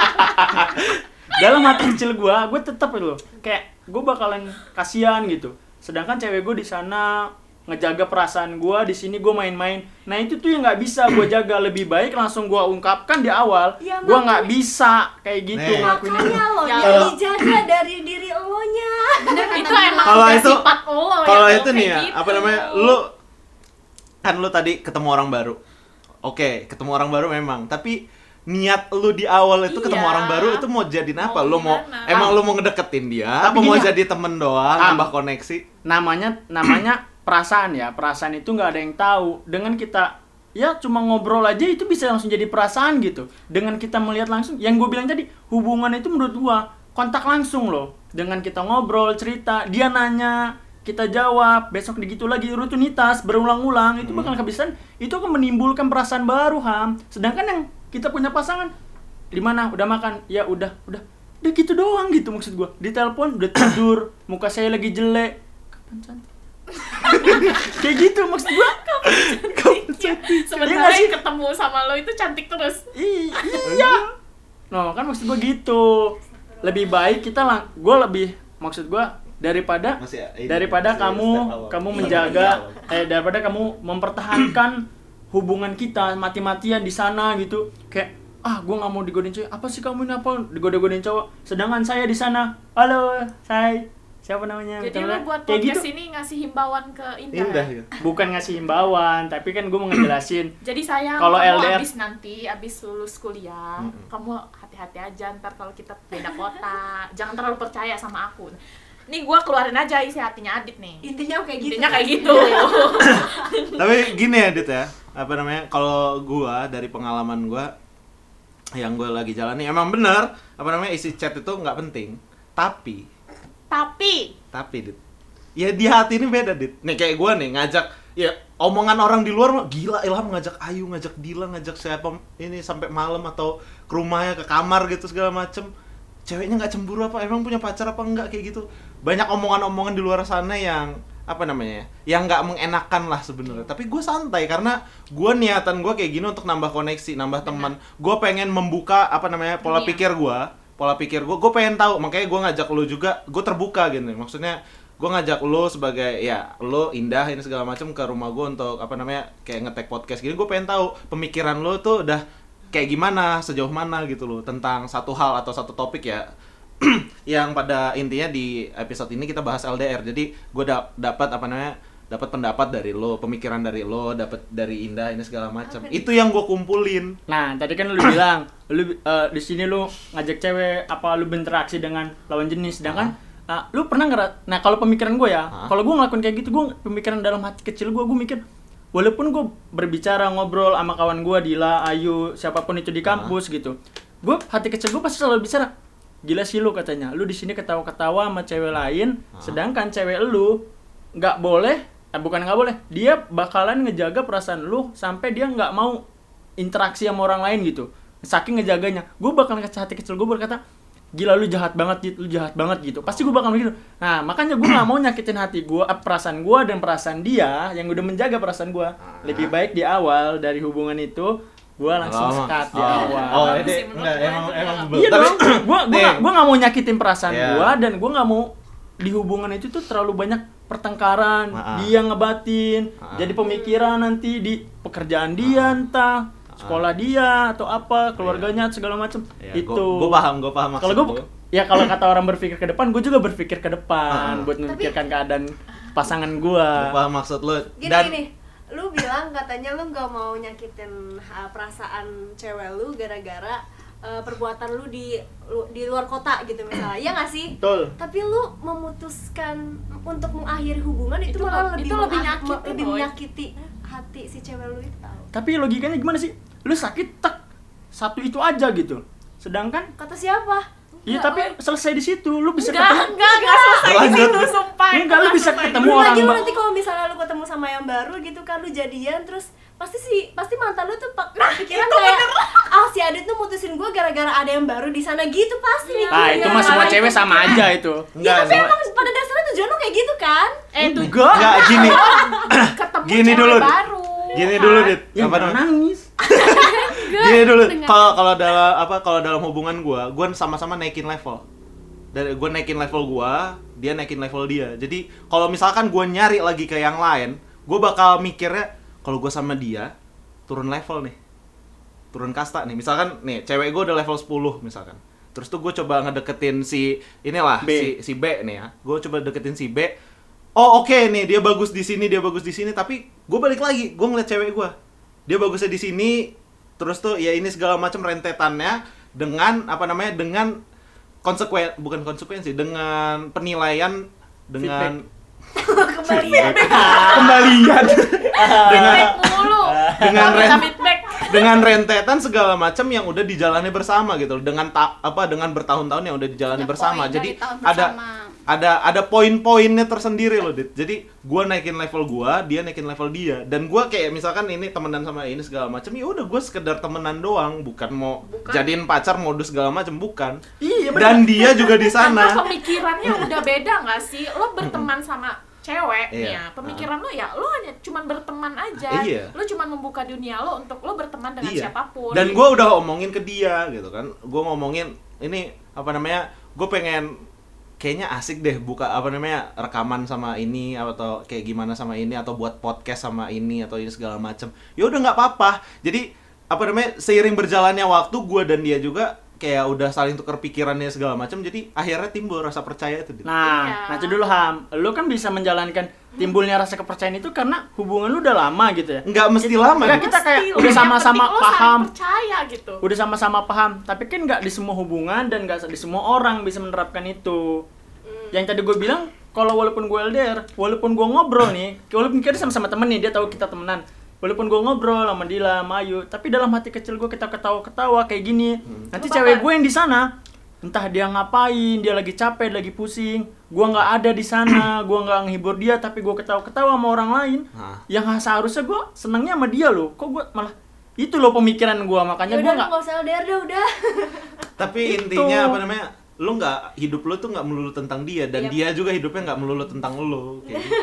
dalam hati kecil gue, gue tetap itu kayak gue bakalan kasihan gitu. Sedangkan cewek gue di sana ngejaga perasaan gue, di sini gue main-main. Nah itu tuh yang nggak bisa gue jaga. Lebih baik langsung gue ungkapkan di awal. Ya, Gue nggak bisa kayak gitu Nih. ngelakuin itu. Makanya lo Ya, yang kalau- dijaga dari diri elonya. Itu emang Kalau udah itu- sifat lo ya, Kalau lo itu nih ya, kayak gitu. apa namanya? Lu kan lu tadi ketemu orang baru. Oke, ketemu orang baru memang, tapi niat lu di awal itu ketemu Iya. orang baru itu mau jadiin apa? Mau Lu mau gimana? emang lu mau ngedeketin dia Tapi apa mau gini, jadi temen doang, Am. nambah koneksi? namanya namanya perasaan ya. Perasaan itu nggak ada yang tahu. Dengan kita ya cuma ngobrol aja itu bisa langsung jadi perasaan gitu. Dengan kita melihat langsung, yang gue bilang tadi, hubungan itu menurut gua kontak langsung loh. Dengan kita ngobrol, cerita, dia nanya, kita jawab, besok begitu lagi, rutinitas berulang-ulang, itu bakal kebiasaan, itu akan menimbulkan perasaan baru, Ham. Sedangkan yang kita punya pasangan, di mana udah makan ya udah udah udah gitu doang gitu maksud gue. Di telepon udah tidur, muka saya lagi jelek, kapan cantik kayak gitu maksud gue. Sebenarnya yang ketemu sama lo itu cantik terus. I- iya no kan maksud gue gitu. Lebih baik kita lang gue lebih maksud gue daripada Masih, ini, daripada masih kamu step awal. kamu menjaga eh daripada kamu mempertahankan hubungan kita mati-matian di sana gitu. Kayak ah gue nggak mau digodain cewek, apa sih kamu ini apa digoda-godain cowok, sedangkan saya di sana halo saya siapa namanya. Jadi Misalnya, lo buat kayak podcast gitu. ini ngasih himbauan ke Indah, Indah ya? ya. Bukan ngasih himbauan tapi kan gue mau ngejelasin. Jadi sayang, Kalau kamu L D R abis nanti, abis lulus kuliah, Mm-mm. kamu hati-hati aja ntar kalau kita beda kota. Jangan terlalu percaya sama aku. Nih gue keluarin aja isi hatinya Adit nih. Intinya kayak gitu. Intinya kayak gitu. Tapi gini ya Dit ya, apa namanya, kalau gua dari pengalaman gua yang gua lagi jalani emang bener apa namanya isi chat itu nggak penting, tapi Tapi tapi Dit, ya di hati ini beda Dit. Nih kayak gua nih ngajak ya omongan orang di luar mah gila Ilham ngajak Ayu, ngajak Dila, ngajak siapa ini sampai malam atau ke rumahnya, ke kamar gitu segala macem. Ceweknya nggak cemburu apa, emang punya pacar apa enggak kayak gitu. Banyak omongan-omongan di luar sana yang apa namanya yang nggak mengenakan lah sebenarnya. Tapi gue santai karena gue niatan gue kayak gini untuk nambah koneksi, nambah teman. Gue pengen membuka apa namanya pola Dunia. pikir gue, pola pikir gue. Gue pengen tahu, makanya gue ngajak lo juga. Gue terbuka gitu. Maksudnya gue ngajak lo sebagai ya lo Indah ini segala macam ke rumah gue untuk apa namanya kayak nge-tag podcast gini. Gue pengen tahu pemikiran lo tuh udah kayak gimana, sejauh mana gitu loh tentang satu hal atau satu topik ya. Yang pada intinya di episode ini kita bahas L D R. Jadi gue da- dapat apa namanya dapat pendapat dari lo, pemikiran dari lo, dapat dari Indah ini segala macam. Itu yang gue kumpulin. Nah, tadi kan lu bilang, lu uh, di sini lu ngajak cewek apa lu berinteraksi dengan lawan jenis, sedangkan uh, lu pernah nggak? Nah, kalau pemikiran gue ya, Hah? kalau gue ngelakuin kayak gitu, gue pemikiran dalam hati kecil gue, gue mikir, walaupun gue berbicara ngobrol sama kawan gue, Dila, Ayu, siapapun itu di kampus gitu, gue hati kecil gue pasti selalu bicara, gila sih lu katanya, lu di sini ketawa-ketawa sama cewek lain, Hah? sedangkan cewek lu nggak boleh, eh, bukan nggak boleh, dia bakalan ngejaga perasaan lu sampai dia nggak mau interaksi sama orang lain gitu, saking ngejaganya. Gue bakal ngasih hati kecil gue berkata, gila lu jahat banget gitu, lu jahat banget gitu. Pasti gue bakal begitu. Nah makanya gue nggak mau nyakitin hati gue, eh, perasaan gue dan perasaan dia yang udah menjaga perasaan gue. Lebih baik di awal dari hubungan itu gue langsung Lama. sekat di Oh. awal. Oh, Bagus ini sih, menurut enggak gue emang itu emang udah- belum. Iya Tapi dong, gue gue nih, nggak gue nggak mau nyakitin perasaan Iya. gue dan gue nggak mau di hubungan itu tuh terlalu banyak pertengkaran, Maaf. dia ngebatin, Maaf. jadi pemikiran nanti di pekerjaan dia entah sekolah dia atau apa keluarganya segala macam ya, itu. gue paham, gue paham maksud Kalau gue lu. ya kalau kata orang berpikir ke depan, gue juga berpikir ke Ah. depan buat memikirkan keadaan pasangan gue. Gue paham maksud lu. Gini Dan gini, lu bilang katanya lu nggak mau nyakitin uh, perasaan cewek lu gara-gara uh, perbuatan lu di lu, di luar kota gitu misalnya, ya nggak sih? Betul. Tapi lu memutuskan untuk mengakhiri hubungan itu, Itu malah le- lebih itu lebih mengah- nyakitin, lebih Boy. menyakiti hati si cewek lu itu tau. Tapi logikanya gimana sih? Lu sakit tak satu itu aja gitu. Sedangkan Kata siapa? iya tapi selesai di situ, lu bisa enggak, ketemu. enggak, enggak selesai di Lanjut. situ, sumpah. Enggak, lu Enggak bisa selesai. ketemu Belum orang lagi lu ba- nanti kalau misalnya lu ketemu sama yang baru gitu kan, lu jadian terus pasti sih pasti mantan lu tuh pak pikiran kayak ah si Adit tuh mutusin gue gara-gara ada yang baru di sana gitu pasti Iya. Nah, mikirnya. itu mah semua Itu cewek sama pikiran. aja itu. Ya enggak tapi semua- emang pada dasarnya tujuan lu kayak gitu kan? Eh, tuh Enggak. enggak gini. ketemu Gini cewek dulu, Dit. baru. Gini kan? dulu, Dit. Ya Apa jangan namanya? nangis. Gini dulu, Dengar. kalau kalau dalam apa kalau dalam hubungan gua, gua sama-sama naikin level. Dari gua naikin level gua, dia naikin level dia. Jadi kalau misalkan gua nyari lagi ke yang lain, gua bakal mikirnya kalau gua sama dia turun level nih. Turun kasta nih. Misalkan nih, cewek gua udah level sepuluh misalkan. Terus tuh gua coba ngedeketin si inilah B. si si B nih ya. Gua coba deketin si B. Oh, oke nih, dia bagus di sini, dia bagus di sini, tapi gua balik lagi, gua ngeliat cewek gua. Dia bagusnya di sini, terus tuh ya ini segala macam rentetannya dengan apa namanya dengan konsekuen bukan konsekuensi dengan penilaian dengan Kembalian. kembalian dengan Feedback mulu. dengan Minta ren- feedback. dengan rentetan segala macam yang udah dijalani bersama gitu loh. Dengan ta- apa dengan bertahun-tahun yang udah dijalani The bersama. point Jadi dari tahun ada bersama. ada ada poin-poinnya tersendiri loh, Dit. Jadi gue naikin level gue, dia naikin level dia, dan gue kayak misalkan ini temenan sama ini segala macam, ya udah gue sekedar temenan doang, bukan mau Bukan. jadiin pacar modus segala macam, bukan. Iya, bener. Dan dia juga di Karena sana. pemikirannya udah beda nggak sih? Lo berteman sama cewek nih Iya. ya, pemikiran lo ya lo hanya cuman berteman aja. Iya. Lo cuman membuka dunia lo untuk lo berteman dengan Iya. siapapun. Dan gue udah omongin ke dia gitu kan, gue ngomongin ini apa namanya, gue pengen kayaknya asik deh buka apa namanya rekaman sama ini atau kayak gimana sama ini atau buat podcast sama ini atau ini segala macam. Ya udah nggak apa-apa. Jadi apa namanya seiring berjalannya waktu gue dan dia juga kayak udah saling tukar pikirannya segala macam. Jadi akhirnya timbul rasa percaya itu. Nah, Iya. nah itu dulu Ham. Lu kan bisa menjalankan timbulnya rasa kepercayaan itu karena hubungan lu udah lama gitu ya. Nggak mesti lama. Nggak, Dit. kita kayak Mesti, udah yang sama-sama penting lo saling paham. percaya gitu. Udah sama-sama paham, tapi kan nggak di semua hubungan dan nggak di semua orang bisa menerapkan itu. Yang tadi gue bilang, kalau walaupun gue L D R, walaupun gue ngobrol nih, walaupun kita sama-sama temen nih, dia tahu kita temenan, walaupun gue ngobrol sama Dila, sama Ayu, tapi dalam hati kecil gue kita ketawa-ketawa kayak gini. Nanti Lu cewek bakal- gue yang di sana, entah dia ngapain, dia lagi capek, lagi pusing, gue nggak ada di sana, gue nggak ngehibur dia, tapi gue ketawa-ketawa sama orang lain. Nah. Yang seharusnya gue senangnya sama dia loh, kok gue malah itu loh pemikiran gue, makanya Ya gue udah nggak. nggak usah L D R deh udah. Tapi Itu. intinya apa namanya, lu nggak hidup lu tuh nggak melulu tentang dia dan Yep. dia juga hidupnya nggak melulu tentang lu. Kayak gitu.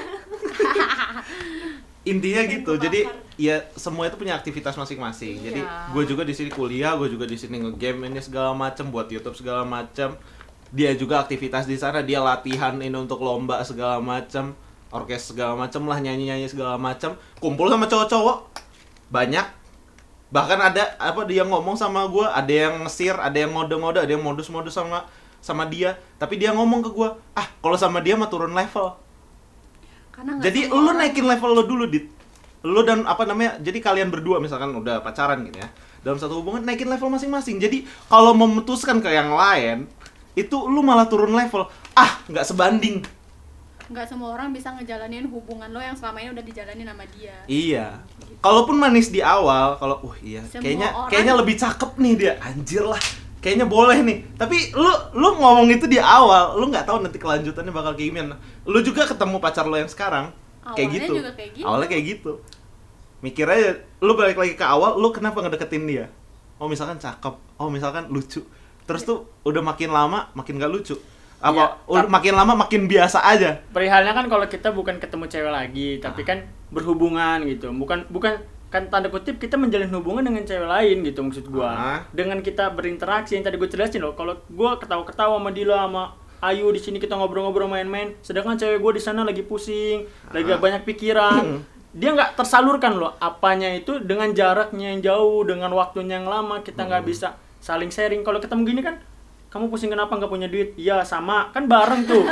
Intinya gitu. Jadi ya semua itu punya aktivitas masing-masing. Jadi Iya. gue juga di sini kuliah, gue juga di sini ngegame ini segala macam, buat YouTube segala macam. Dia juga aktivitas di sana, dia latihan ini untuk lomba segala macam, orkes segala macam lah, nyanyi-nyanyi segala macam, kumpul sama cowok-cowok banyak. Bahkan ada apa dia ngomong sama gue, ada yang ngesir, ada yang ngode-ngode, ada yang modus-modus sama sama dia, tapi dia ngomong ke gue, ah kalau sama dia mah turun level. Karena nggak Jadi semua lu orang- naikin level lo dulu, Dit. Lu dan apa namanya, jadi kalian berdua misalkan udah pacaran gitu ya, dalam satu hubungan naikin level masing-masing. Jadi kalau memutuskan ke yang lain, itu lu malah turun level. Ah, nggak sebanding. nggak semua orang bisa ngejalanin hubungan lo yang selama ini udah dijalanin sama dia. Iya. Kalaupun manis di awal, kalau uh iya, Semua kayaknya orang- kayaknya lebih cakep nih dia. Anjir lah. Kayaknya boleh nih. Tapi lu lu ngomong itu di awal, lu nggak tahu nanti kelanjutannya bakal kayak gimana. Lu juga ketemu pacar lo yang sekarang kayak Awalnya gitu. juga kayak gitu. Awalnya kayak gitu. Mikir aja, lu balik lagi ke awal, lu kenapa ngedeketin dia? Oh, misalkan cakep. Oh, misalkan lucu. Terus tuh udah makin lama makin gak lucu. Apa Iya, udah makin lama makin biasa aja. Perihalnya kan kalau kita bukan ketemu cewek lagi, tapi kan berhubungan gitu. Bukan bukan kan tanda kutip kita menjalin hubungan dengan cewek lain gitu maksud gua. Ah. Dengan kita berinteraksi yang tadi gua jelasin loh. Kalau gua ketawa-ketawa sama Dila sama Ayu di sini kita ngobrol-ngobrol main-main, sedangkan cewek gua di sana lagi pusing, lagi Ah. banyak pikiran. Dia nggak tersalurkan loh apanya itu dengan jaraknya yang jauh, dengan waktunya yang lama, kita nggak bisa saling sharing. Kalau ketemu gini kan, kamu pusing kenapa nggak punya duit? Iya sama, kan bareng tuh.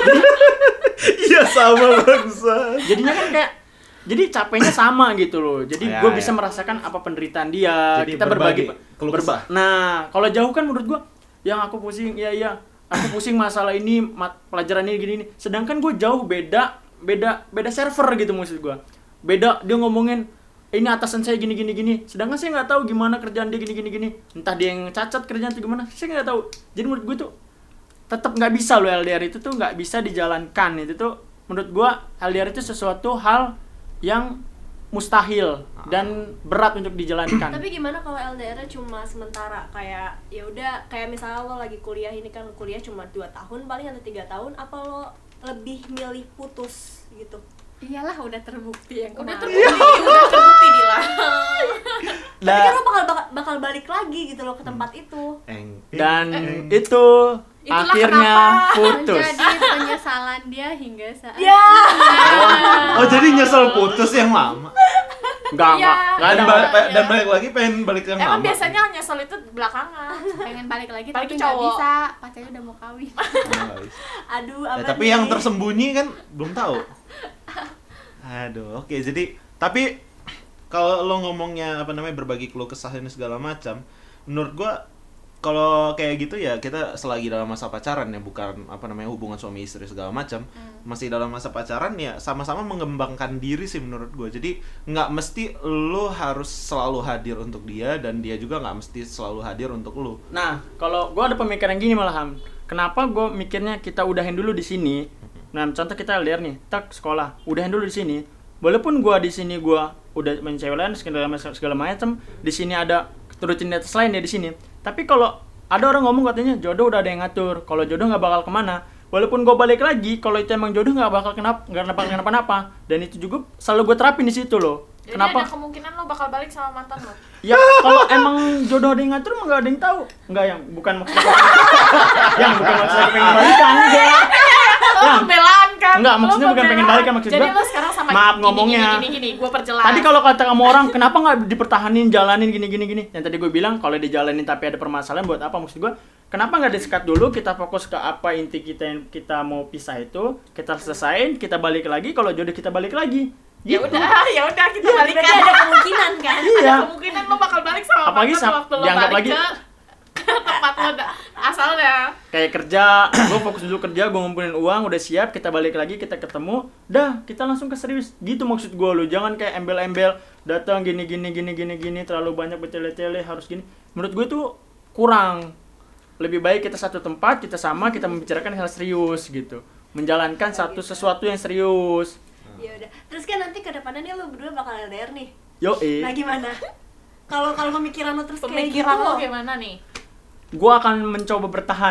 Iya sama bangsa. Jadinya kan kayak jadi capeknya sama gitu loh. Jadi Ya, gue bisa ya. merasakan apa penderitaan dia. Jadi kita berbagi, berbagi keluh kesah. Nah, kalau jauh kan menurut gue yang aku pusing, ya iya, aku pusing masalah ini, mat, pelajaran ini gini nih. Sedangkan gue jauh beda, beda, beda server gitu maksud gue. Beda dia ngomongin ini atasan saya gini gini gini. Sedangkan saya nggak tahu gimana kerjaan dia gini gini gini. Entah dia yang cacat kerjaan itu gimana, saya nggak tahu. Jadi menurut gue tuh tetap nggak bisa loh L D R itu tuh nggak bisa dijalankan. Itu tuh menurut gue L D R itu sesuatu hal yang mustahil dan berat untuk dijalankan. Tapi gimana kalau L D R-nya cuma sementara, kayak ya udah kayak misalnya lo lagi kuliah, ini kan kuliah cuma dua tahun paling atau tiga tahun, apa lo lebih milih putus gitu? Iyalah udah terbukti yang Udah kemarin. terbukti, udah terbukti Dila. Tapi kan lo bakal, bakal bakal balik lagi gitu loh ke tempat itu. Eng. Dan Eng. itu Itulah akhirnya kenapa putus. Menjadi penyesalan dia hingga saat Ya. Oh, jadi nyesel putus yang lama. Enggak, Iya. enggak, enggak ada. Dan, Iya, balik, iya. dan balik lagi pengen balik yang Emang lama. biasanya nyesel itu belakangan. pengen balik lagi Balik tapi ke nggak cowok. bisa, pacarnya udah mau kawin. Aduh, Ya, apa tapi nih? yang tersembunyi kan belum tahu. Aduh, oke. Jadi tapi kalau lo ngomongnya apa namanya berbagi keluh kesah ini segala macam, menurut gua kalau kayak gitu ya kita selagi dalam masa pacaran ya, bukan apa namanya hubungan suami istri segala macam, masih dalam masa pacaran ya sama-sama mengembangkan diri sih menurut gua. Jadi nggak mesti lo harus selalu hadir untuk dia dan dia juga nggak mesti selalu hadir untuk lo. Nah, kalau gua ada pemikiran gini malahan. kenapa gue mikirnya kita udahin dulu di sini. Nah, contoh kita L D R nih, tak sekolah, udahin dulu di sini. Walaupun gue di sini gue udah mencewek segala segala macam, di sini ada rutinitas lain ya di sini. Tapi kalau ada orang ngomong katanya jodoh udah ada yang ngatur, kalau jodoh nggak bakal kemana. Walaupun gue balik lagi, kalau itu emang jodoh nggak bakal kenapa, nggak bakal kenapa-napa. Dan itu juga selalu gue terapin di situ loh. Jadi Kenapa? ada kemungkinan lo bakal balik sama mantan lo. Ya kalau emang jodoh ada yang ngatur emang nggak ada yang tahu. Enggak, yang bukan maksudnya yang bukan maksudnya pengen balikan enggak. Lo pembelaan kan? Enggak, Lo maksudnya bukan pengen pembelaan. balikan, maksud Jadi gua, lo sekarang sama maaf gini, ngomongnya. gini gini gini, gue perjelas. Tadi kalau kata kamu orang kenapa nggak dipertahanin, jalanin gini gini gini. Yang tadi gue bilang kalau dijalanin tapi ada permasalahan buat apa, maksud gue? Kenapa nggak di-sekat dulu, kita fokus ke apa inti kita yang kita mau pisah itu, kita selesain, kita balik lagi, kalau jodoh kita balik lagi. Ya Gitu. udah, ya udah kita Ya, balikan. berarti ada kemungkinan kan? Iya. Ada kemungkinan lo bakal balik sama Apalagi mantan sam- waktu lo dianggap balik lagi- ke ke tempat lo da- asalnya. Kayak kerja, gue fokus dulu kerja, gue ngumpulin uang, udah siap, kita balik lagi, kita ketemu, dah kita langsung ke serius. Gitu maksud gue, lu jangan kayak embel-embel, datang gini gini gini gini gini, terlalu banyak bertele-tele, harus gini. Menurut gue itu kurang. Lebih baik kita satu tempat, kita sama, kita membicarakan hal serius gitu, menjalankan satu sesuatu yang serius. Ya udah. Terus kan nanti ke depannya nih lo berdua bakal L D R nih. Yo Nah gimana? Kalau kalau pemikiran lo terus kayak gitu, Pemikiran lo gimana nih? gue akan mencoba bertahan.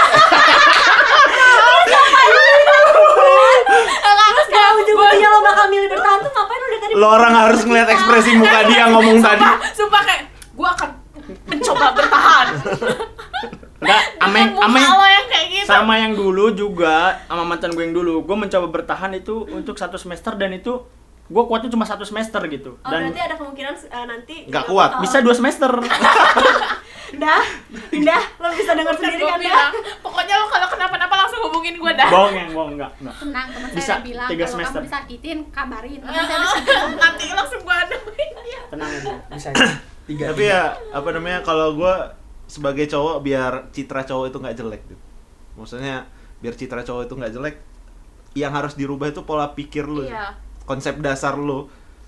terus kalau ujung-ujungnya lo bakal milih bertahan tuh ngapain udah tadi? Lo orang harus ngeliat ekspresi muka dia ngomong tadi. Sumpah kayak gue akan mencoba bertahan. Enggak, sama yang, sama yang, Muka lo yang kayak gitu. sama yang dulu juga, sama mantan gue yang dulu, gue mencoba bertahan itu untuk satu semester dan itu gue kuatnya cuma satu semester gitu. Oh Dan berarti ada kemungkinan uh, nanti Nggak lo kuat. bakal- bisa dua semester. Dah, Indah, lo bisa denger sendiri Gua kan bilang, ya? pokoknya lo kalau kenapa-napa langsung hubungin gue dah. Bohong yang bohong enggak, enggak. Tenang, teman Bisa, saya bilang tiga kalau semester. kamu disakitin, kabarin. Teman saya disakitin. Nanti langsung gue aduin dia. Tenang aja, bisa aja. Tiga. Tapi ya apa namanya, kalau gue sebagai cowok biar citra cowok itu nggak jelek gitu. Maksudnya biar citra cowok itu nggak jelek, yang harus dirubah itu pola pikir lu. Iya. Konsep dasar lu.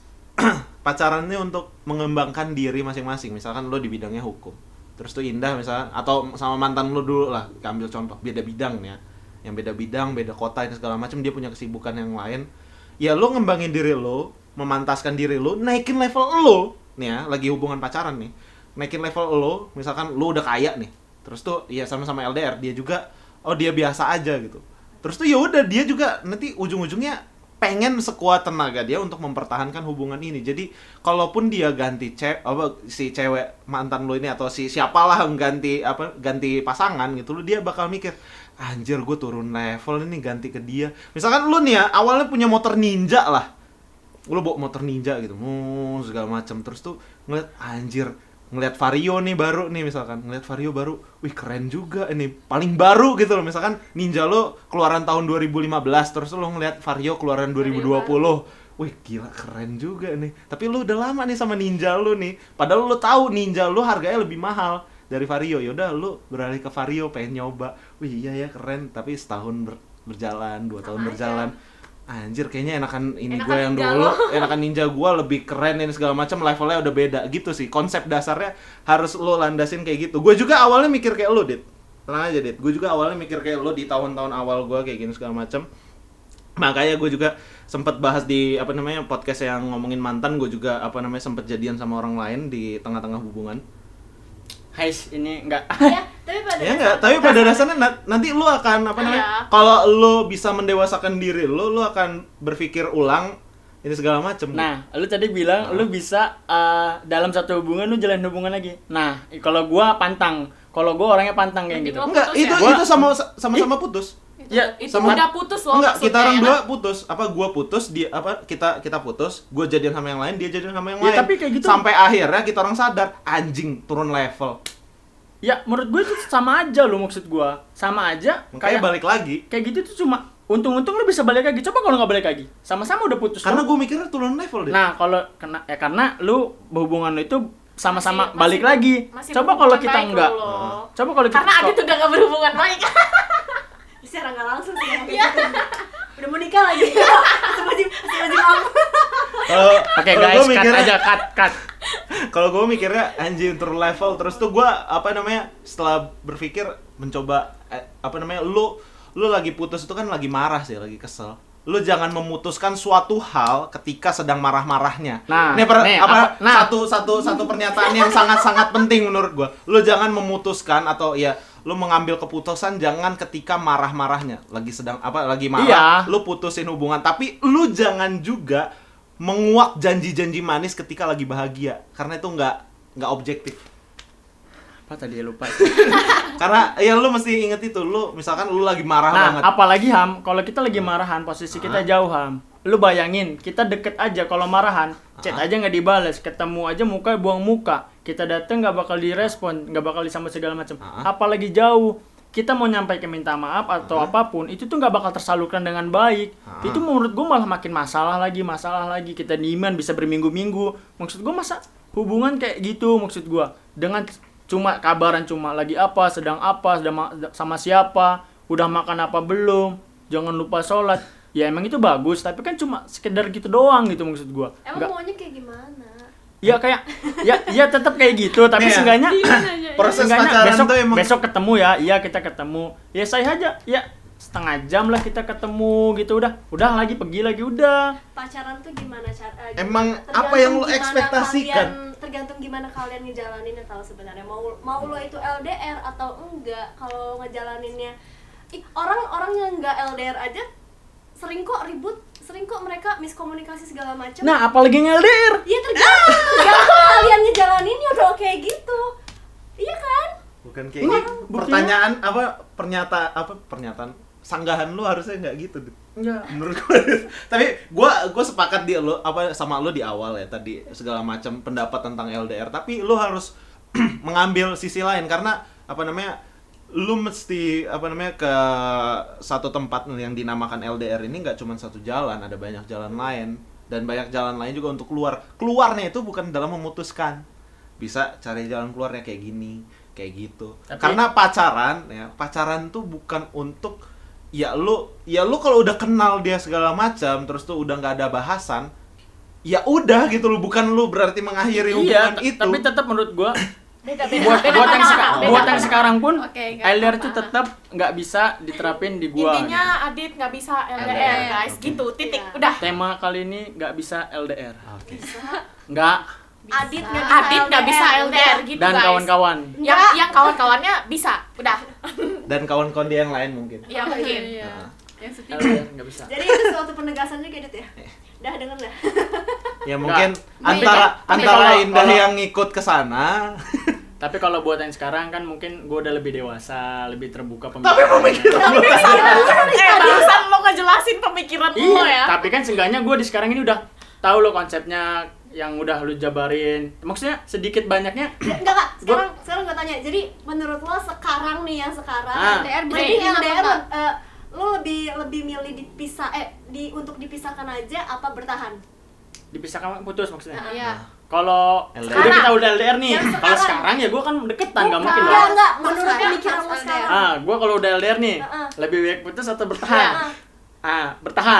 Pacaran ini untuk mengembangkan diri masing-masing. Misalkan lu di bidangnya hukum, terus tuh Indah misalnya, atau sama mantan lu dulu lah, ambil contoh, beda bidang nih ya, yang beda bidang, beda kota dan segala macam, dia punya kesibukan yang lain. Ya lu ngembangin diri lu, memantaskan diri lu, naikin level lu nih ya, lagi hubungan pacaran nih, naikin level lu. Misalkan lu udah kaya nih, terus tuh ya sama-sama L D R, dia juga oh dia biasa aja gitu, terus tuh ya udah dia juga nanti ujung-ujungnya pengen sekuat tenaga dia untuk mempertahankan hubungan ini. Jadi kalaupun dia ganti cewek apa si cewek mantan lu ini atau si siapalah ganti apa ganti pasangan gitu, lu dia bakal mikir, anjir gue turun level ini ganti ke dia. Misalkan lu nih ya awalnya punya motor ninja lah, lu bawa motor ninja gitu, mu segala macam, terus tuh ngeliat anjir, ngeliat Vario nih baru nih, misalkan ngeliat Vario baru, wih keren juga ini, paling baru gitu loh. Misalkan Ninja lo keluaran tahun dua ribu lima belas, terus lo ngeliat Vario keluaran dua ribu dua puluh, wih gila keren juga nih. Tapi lo udah lama nih sama Ninja lo nih, padahal lo tahu Ninja lo harganya lebih mahal dari Vario. Yaudah lo beralih ke Vario, pengen nyoba, wih iya ya keren. Tapi setahun ber- berjalan, dua tahun Sama berjalan, anjir kayaknya enakan ini Enakan gue yang Ninja dulu, lo. enakan Ninja gue lebih keren ini segala macam, levelnya udah beda gitu sih. Konsep dasarnya harus lo landasin kayak gitu. Gue juga awalnya mikir kayak lo, Dit. Tenang aja, Dit. Gue juga awalnya mikir kayak lo di tahun-tahun awal gue kayak gini segala macam. Makanya gue juga sempet bahas di apa namanya podcast yang ngomongin mantan. Gue juga apa namanya sempet jadian sama orang lain di tengah-tengah hubungan. Hais, ini enggak. Ya, tapi pada Ya enggak, tapi pada dasarnya na- nanti lu akan apa namanya? Iya. Kalau lu bisa mendewasakan diri lu, lu akan berpikir ulang ini segala macam. Nah, lu tadi bilang lu bisa uh, dalam satu hubungan lu jalan hubungan lagi. Nah, kalau gua pantang. Kalau gua orangnya pantang kayak Mending gitu. lo enggak, putus itu ya? Gua- itu sama sama-sama putus. Itu, Ya, itu sama- udah putus loh. Enggak, kita maksudnya, orang ya dua kan? putus. Apa gua putus, dia apa kita kita putus, gua jadian sama yang lain, dia jadian sama yang Ya, lain. tapi kayak gitu. Sampai akhirnya kita orang sadar, anjing, turun level. Ya, menurut gue itu sama aja lu, maksud gua. Sama aja Makanya kayak balik lagi. kayak gitu tuh cuma untung-untung lu bisa balik lagi. Coba kalau nggak balik lagi, sama-sama udah putus. Karena lu. gua mikirnya turun level deh. Nah, kalau kena ya karena lu hubungan lu itu sama-sama Masih- balik masih- lagi. masih Coba berhubungan kalau kita baik enggak. loh. Coba kalau kita Karena Adit udah gak berhubungan baik. secara nggak langsung sih kayak gitu. Udah mau nikah lagi. Masih masih masih om. Kalau Oke kalau guys, gua cut mikirnya- aja, cut, cut. Kalau gue mikirnya anjing turun level, terus tuh gue apa namanya setelah berpikir mencoba eh, apa namanya lu lu lagi putus itu kan lagi marah sih, lagi kesel. Lu jangan memutuskan suatu hal ketika sedang marah-marahnya. Nah, ini per, nih, apa, apa- nah. satu satu satu pernyataan yang sangat-sangat penting menurut gua. Lu jangan memutuskan atau ya lu mengambil keputusan jangan ketika marah-marahnya. Lagi sedang apa lagi marah, Iya. lu putusin hubungan, tapi lu jangan juga menguak janji-janji manis ketika lagi bahagia. Karena itu nggak nggak objektif. Apa tadi ya, lupa. Karena ya lu mesti inget itu, lu misalkan lu lagi marah Nah, banget. apalagi Ham, kalau kita lagi marahan, posisi kita jauh Ham. Lu bayangin, kita deket aja kalau marahan, chat aja nggak dibales, ketemu aja muka buang muka, kita dateng nggak bakal direspon, nggak bakal disambut segala macam. Ah. Apalagi jauh, kita mau nyampaikan minta maaf atau apapun, itu tuh nggak bakal tersalurkan dengan baik. Ah. Itu menurut gue malah makin masalah lagi, masalah lagi. Kita dieman bisa berminggu-minggu. Maksud gue masa hubungan kayak gitu, maksud gue dengan cuma kabaran cuma lagi apa, sedang apa, sedang ma- sama siapa, udah makan apa belum, jangan lupa sholat. Ya emang itu bagus, tapi kan cuma sekedar gitu doang gitu maksud gua. Emang Nggak, maunya kayak gimana? ya kayak ya ya tetap kayak gitu, tapi Nih ya, seenggaknya proses seenggaknya pacaran besok tuh emang besok ketemu ya, iya kita ketemu. Ya saya aja, ya setengah jam lah kita ketemu gitu udah, udah lagi pergi lagi udah. Pacaran tuh gimana cara? Emang tergantung apa yang lu gimana ekspektasikan? kalian- tergantung gimana kalian ngejalaninnya kalau sebenarnya mau mau lo itu L D R atau enggak. Kalau ngejalaninnya ih, orang-orang yang enggak L D R aja sering kok ribut, sering kok mereka miskomunikasi segala macam. Nah, apalagi L D R. Iya tergantung, tergantung kalian ngejalaninnya kalau kayak gitu. Iya kan? bukan kayak Ini gitu. buktinya- Pertanyaan apa pernyataan apa pernyataan sanggahan lu harusnya nggak gitu. Dit. Enggak. Menurut gue. Tapi gue gue sepakat di lu apa sama lu di awal ya tadi segala macam pendapat tentang L D R, tapi lu harus mengambil sisi lain karena apa namanya lu mesti apa namanya ke satu tempat yang dinamakan L D R ini nggak cuma satu jalan, ada banyak jalan lain dan banyak jalan lain juga untuk keluar. Keluarnya itu bukan dalam memutuskan, bisa cari jalan keluarnya kayak gini, kayak gitu. Tapi- Karena pacaran ya, pacaran tuh bukan untuk ya lu ya lu kalau udah kenal dia segala macam terus tuh udah nggak ada bahasan, ya udah gitu lu, bukan lu berarti mengakhiri Iya, hubungan t- itu. tapi tetap menurut gua Beda-beda. buat beda buat yang kata-kata, seka- beda buat yang kata-kata. sekarang pun Oke, nggak L D R itu apa-apa. tetap nggak bisa diterapin di gua. Intinya Adit nggak bisa L D R, L D R, guys, oke. gitu. Titik. Iya. Udah. Tema kali ini nggak bisa L D R. Oke. Nggak. Adit Bisa. nggak bisa Adit nggak bisa L D R gitu, Dan guys. kawan-kawan. Yang yang kawan-kawannya bisa. Udah. Dan kawan-kawan dia yang lain mungkin. Ya mungkin. Iya. Nah. Yang L setuju. D R nggak bisa. Jadi itu suatu penegasan juga Adit ya. Dah denger dah. Ya mungkin Nggak. antara Tapi antara kalau- Indah kalau- yang ngikut ke sana. Tapi kalau buat yang sekarang kan mungkin gua udah lebih dewasa, lebih terbuka Tapi pemikiran lu Eh, barusan lo ngejelasin pemikiran lo Iya, ya. tapi kan seenggaknya gue di sekarang ini udah tahu lo konsepnya yang udah lu jabarin. Maksudnya sedikit banyaknya Ya, enggak kak, sekarang sekarang gue tanya. Jadi menurut lo sekarang nih yang sekarang Ah. L D R Nih, berarti kenapa, L D R Kak? eh, lo lebih lebih milih dipisah eh di untuk dipisahkan aja apa bertahan? dipisahkan putus maksudnya. Iya. Kalau L D R. udah kita udah L D R nih, Yang kalau sekarang. sekarang ya gue kan deketan, nggak mungkin Enggak, dong. enggak, menurut Sekarang pemikiran harus lo L D R. sekarang. Ah, gue kalau udah L D R nih, Heeh. lebih baik putus atau bertahan? Heeh. Ah, bertahan.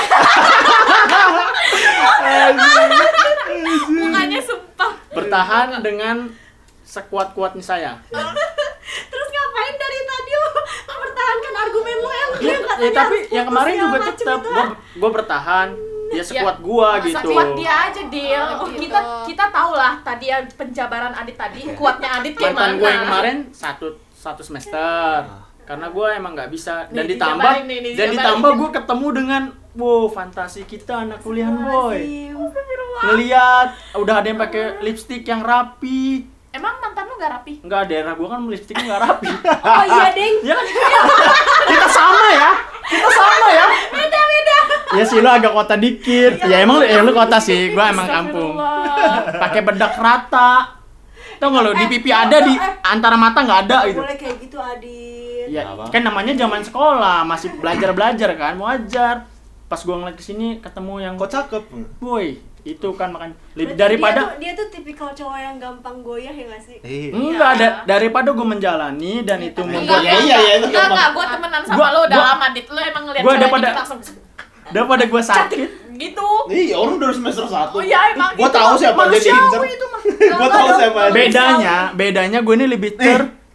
Mukanya sumpah. Bertahan dengan sekuat-kuatnya saya. Terus ngapain dari tadi lo mempertahankan argumen lo yang Ya, dia katanya ya, tapi harus yang putus kemarin segala juga macem tetap itu, gue ah. gue bertahan. Ya sekuat gua gitu. Sekuat dia aja, Dil. Oh, gitu. Kita kita tahu lah tadi ya penjabaran Adit tadi, kuatnya Adit Mantan gimana. gue yang kemarin satu satu semester. Karena gue emang nggak bisa dan Nih, ditambah dijabarin nih, nih, dan dijabarin. ditambah gue ketemu dengan wow fantasi kita anak kuliahan boy. Astagfirullah. Ngeliat udah ada yang pakai lipstick yang rapi. Emang mantan lu gak rapi? Enggak, daerah gue kan lipstiknya nggak rapi. Oh iya deng. Ya kan? Kita sama ya. Kita sama ya. Beda beda. Ya sih lu agak kota dikit. Ya emang ya lu kota sih, gue emang kampung. Astagfirullah. Pakai bedak rata. Tau nggak lo di pipi ada di antara mata nggak ada gitu. Boleh kayak gitu Adit. Ya Apa? kan namanya zaman sekolah, masih belajar-belajar kan, wajar. Pas gua ngeliat kesini ketemu yang Kok cakep? boy, itu kan makan Berarti daripada dia tuh, dia tuh tipikal cowok yang gampang goyah ya nggak sih? Iya. enggak ada daripada gua menjalani dan itu Enggak, membuat Iya, iya, iya, itu enggak, gampang. enggak, gue temenan sama Gua- lo udah gua- lama, Dit. Lo emang ngeliat gua cewek daripada- dikit langsung daripada gua sakit. gitu. Iya, orang udah semester satu. Oh iya, emang Gua gitu. tahu siapa aja Manusiawi diincer. itu mah. Gua tahu siapa aja. Bedanya, bedanya gue ini lebih ter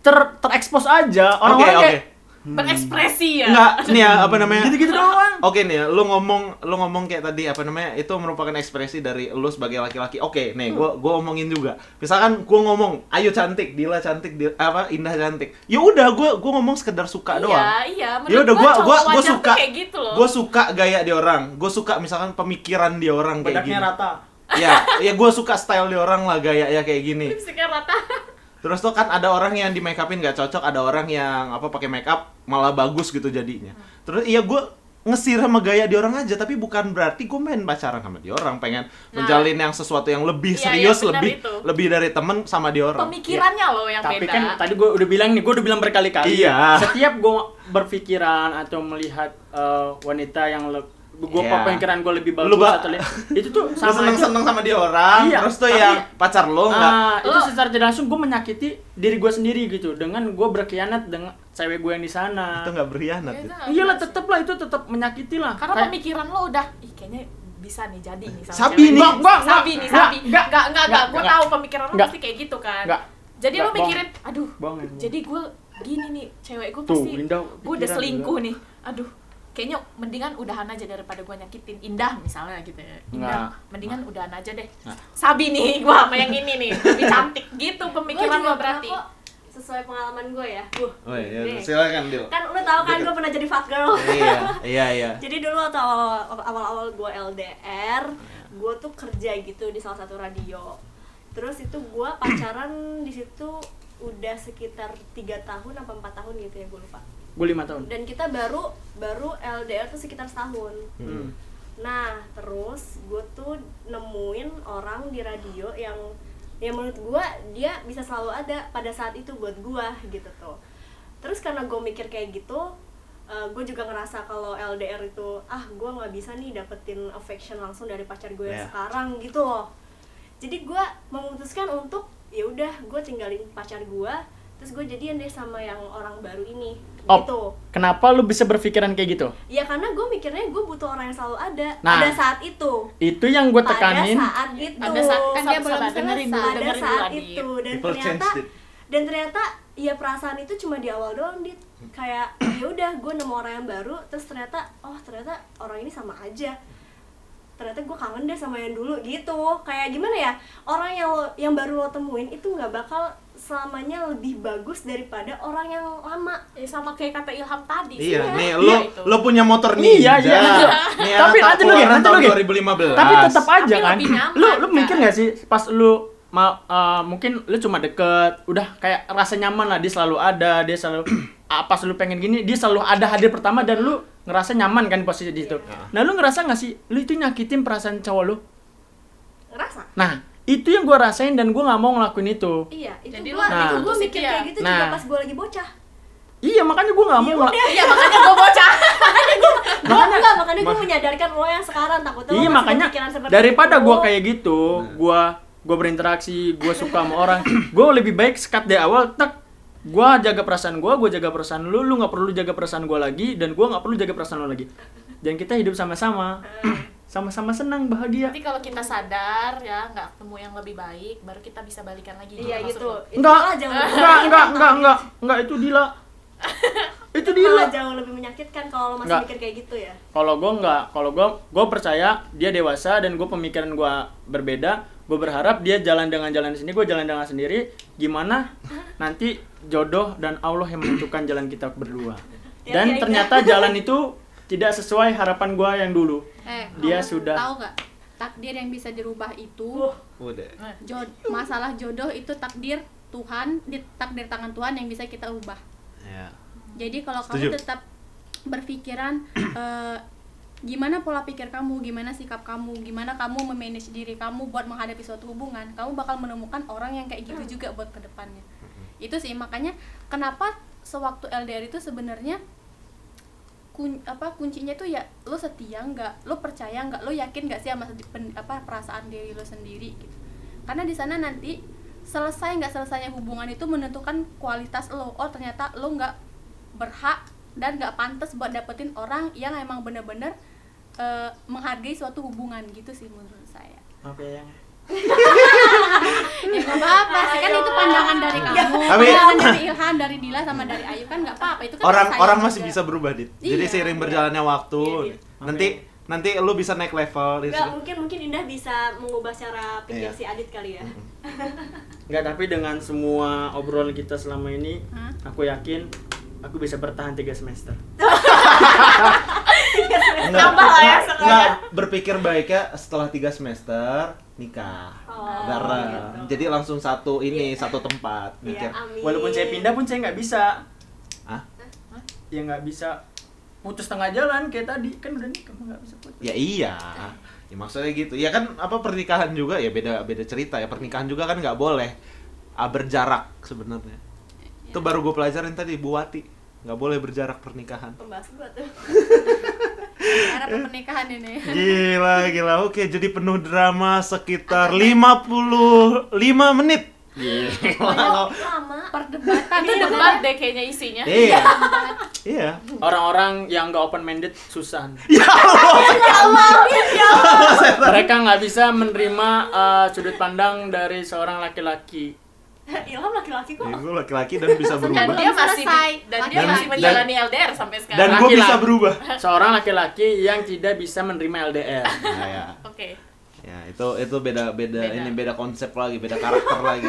ter terekspos aja Oke, orang-orang oke. kayak berekspresi ya. Enggak, nih ya apa namanya? gitu-gitu doang. Oke nih, lu ngomong lu ngomong kayak tadi apa namanya? Itu merupakan ekspresi dari lu sebagai laki-laki. Oke, nih gua gua omongin juga. Misalkan gua ngomong, "Ayo cantik, Dila cantik, Dila, apa Indah cantik." Ya udah gua gua ngomong sekedar suka doang. Iya, iya. Ya udah gua gua gua wajar tuh suka kayak gitu loh. gua suka gaya di orang. Gua suka misalkan pemikiran di orang kayak Bedaknya gini. rata. Ya, ya gua suka style di orang lah, gaya ya kayak gini. Lipstiknya rata. Terus tuh kan ada orang yang di make upin nggak cocok, ada orang yang apa pakai make up malah bagus gitu jadinya. Terus iya gue ngesir sama gaya di orang aja, tapi bukan berarti gue main pacaran sama dia orang, pengen Nah. menjalin yang sesuatu yang lebih Iya, serius, iya, benar lebih itu. lebih dari temen sama dia orang. Pemikirannya loh yang Tapi beda. kan tadi gue udah bilang nih, gue udah bilang berkali-kali. Iya. Setiap gue berpikiran atau melihat eh, wanita yang le- gue Iya. pemikiran gue lebih Lu bagus ba- atau li- itu tuh Lu sama aja. seneng-seneng sama dia orang, Iya, terus tuh tapi- yang pacar lo nggak? Ah, itu Lo- secara tidak langsung gue menyakiti diri gue sendiri gitu dengan gue berkhianat dengan cewek gue yang di sana. Itu nggak berkhianat. Ya, ya. itu nggak Iyalah, benar sih. tetep lah itu tetap menyakiti lah. Karena Kayak- pemikiran lo udah, ih kayaknya bisa nih jadi nih sama Sabi cewek. nih. Enggak, enggak, Sabi nih, enggak, sabi. enggak, Enggak, enggak, enggak. Gue enggak. tahu pemikiran lo Enggak. pasti kayak gitu kan. Enggak. Jadi lo Enggak, bohong. mikirin, aduh, Bohong, bohong. jadi gue gini nih, cewek gue Tuh, pasti, Indah gue udah pikiran selingkuh nih. Aduh, kayaknya mendingan udahan aja daripada gue nyakitin Indah misalnya gitu ya. Indah, Enggak. mendingan udahan aja deh. Enggak. Sabi nih, gue sama yang ini nih, lebih cantik gitu Gue pemikiran juga lo berarti. pernah kok, sesuai pengalaman gue ya. Uh, Oh iya, nih. silakan Dil. Kan lu tahu kan gue pernah jadi fuck girl. Iya, iya, iya. Jadi dulu waktu awal awal gue L D R, gue tuh kerja gitu di salah satu radio. Terus itu gue pacaran di situ udah sekitar tiga tahun apa empat tahun gitu ya, gue lupa. Gue lima tahun. Dan kita baru baru L D R tuh sekitar setahun. Hmm. Nah, terus gue tuh nemuin orang di radio yang yang menurut gue dia bisa selalu ada pada saat itu buat gue gitu tuh. Terus karena gue mikir kayak gitu, uh, gue juga ngerasa kalau L D R itu ah gue nggak bisa nih dapetin affection langsung dari pacar gue yang Yeah. sekarang gitu loh. Jadi gue memutuskan untuk ya udah gue tinggalin pacar gue, terus gue jadian deh sama yang orang baru ini Oh, gitu. kenapa lu bisa berpikiran kayak gitu? Ya karena gue mikirnya gue butuh orang yang selalu ada Nah, pada saat itu. Itu yang gue tekanin. Pada saat itu. Pada saat Kan dia sabar, belum sabar, dengerin dulu, selesai. pada dengerin dulu saat Adit. itu dan People ternyata changed it. dan ternyata ya perasaan itu cuma di awal doang, Dit. Kayak ya udah gue nemu orang yang baru, terus ternyata oh ternyata orang ini sama aja. Ternyata gue kangen deh sama yang dulu gitu. Kayak gimana ya, orang yang lo, yang baru lo temuin itu nggak bakal selamanya lebih bagus daripada orang yang lama. Ya sama kayak kata Ilham tadi sih. Iya, ya. nih Iya, lo itu. lo punya motor ninja. Iya, iya. Nih Tapi anak nanti lu, keluaran nanti tahun lu, dua ribu lima belas. Tapi tetap aja Tapi kan. lebih nyaman, Lu lu kan? mikir gak sih pas lu mau eh, mungkin lu cuma deket, udah kayak rasa nyaman lah, dia selalu ada, dia selalu ah, pas lu pengen gini, dia selalu ada hadir pertama dan lu ngerasa nyaman kan di posisi di situ. Nah, lu ngerasa gak sih lu itu nyakitin perasaan cowok lu? Ngerasa? Nah, itu yang gua rasain dan gua nggak mau ngelakuin itu. Iya, itu Jadi gue lo Nah. itu gue putusin mikir dia. kayak gitu Nah. juga pas gue lagi bocah. Iya, makanya gua nggak mau ngela- Iya, makanya gue bocah. Gue enggak, makanya gue menyadarkan lo yang sekarang takutnya lo Iya, masih makanya berpikiran seperti daripada itu. gua kayak gitu, gua gua berinteraksi, gua suka sama orang, gua lebih baik sekat dari awal, tak gua jaga perasaan gua, gua jaga perasaan lu, lu nggak perlu jaga perasaan gua lagi, dan gua nggak perlu jaga perasaan lu lagi. Dan kita hidup sama-sama, sama-sama senang, bahagia. Nanti kalau kita sadar ya nggak ketemu yang lebih baik, baru kita bisa balikan lagi. Iya maksud gitu. lo. Itu Enggak, malah jauh lebih enggak, enggak, enggak, enggak, enggak, itu Dila. Itu malah Dila. jauh lebih menyakitkan kalau lo masih Enggak. mikir kayak gitu ya. Kalau gue nggak, kalau gue gue percaya dia dewasa dan gue pemikiran gue berbeda. Gue berharap dia jalan dengan jalan sendiri, gue jalan dengan sendiri. Gimana nanti jodoh dan Allah yang menentukan jalan kita berdua. Ya, Dan ya, ya. ternyata jalan itu tidak sesuai harapan gue yang dulu. Eh, Dia kamu sudah- tahu nggak takdir yang bisa dirubah itu Uh, Udah. jod- masalah jodoh itu takdir Tuhan, di takdir tangan Tuhan yang bisa kita ubah. Ya. Jadi kalau Setuju. kamu tetap berpikiran eh, gimana pola pikir kamu, gimana sikap kamu, gimana kamu memanage diri kamu buat menghadapi suatu hubungan, kamu bakal menemukan orang yang kayak gitu juga buat kedepannya. Itu sih makanya kenapa sewaktu L D R itu sebenarnya kun, apa kuncinya tuh ya lo setia nggak, lo percaya nggak, lo yakin nggak sih sama sedi- pen- apa perasaan diri lo sendiri gitu. Karena di sana nanti selesai nggak selesainya hubungan itu menentukan kualitas lo. Oh ternyata lo nggak berhak dan nggak pantas buat dapetin orang yang emang bener-bener uh, menghargai suatu hubungan gitu sih menurut saya. Oke, yang Ya nggak apa-apa sih, kan itu pandangan dari kamu, Tapi- pandangan dari Ilham, dari Dila sama dari Ayu kan nggak apa-apa itu kan orang saya orang juga. masih bisa berubah, Dit. Jadi Iya. seiring berjalannya waktu, Iya, iya. nanti nanti lu bisa naik level di Enggak, situ. mungkin mungkin Indah bisa mengubah cara pikir Iya. si Adit kali ya. Nggak, tapi dengan semua obrolan kita selama ini, Hah? aku yakin aku bisa bertahan tiga semester. Tambah lah ya sekalian. Enggak, berpikir baiknya setelah tiga semester nikah. Oh, bareng. gitu. Jadi langsung satu ini, satu tempat Iya, mikir. amin. Walaupun saya pindah pun saya nggak bisa. Hah? Ya nggak bisa putus tengah jalan kayak tadi, kan udah nikah nggak bisa putus. Ya iya. Ya maksudnya gitu. Ya kan apa pernikahan juga ya beda beda cerita ya. Pernikahan juga kan nggak boleh ah, berjarak sebenarnya. Itu baru gue pelajarin tadi Bu Wati. Nggak boleh berjarak pernikahan. Pembahas gua tuh. Era pernikahan ini. Gila, gila. Oke, jadi penuh drama sekitar lima puluh lima menit. Gila. Lama. Perdebatan Itu tuh debat deh kayaknya isinya. Iya. Iya. Orang-orang yang nggak open minded susah. Ya Allah. Mereka nggak bisa menerima uh, sudut pandang dari seorang laki-laki. Ilham laki-laki kok. Ya, gue laki-laki dan bisa Dan berubah. dia masih Selesai. dan dia Dan- masih dan- menjalani L D R sampai Dan sekarang. gue Laki-laki. bisa berubah. Seorang laki-laki yang tidak bisa menerima L D R. Nah, ya. Oke. Ya, itu itu beda beda Beda. ini beda konsep lagi, beda karakter lagi.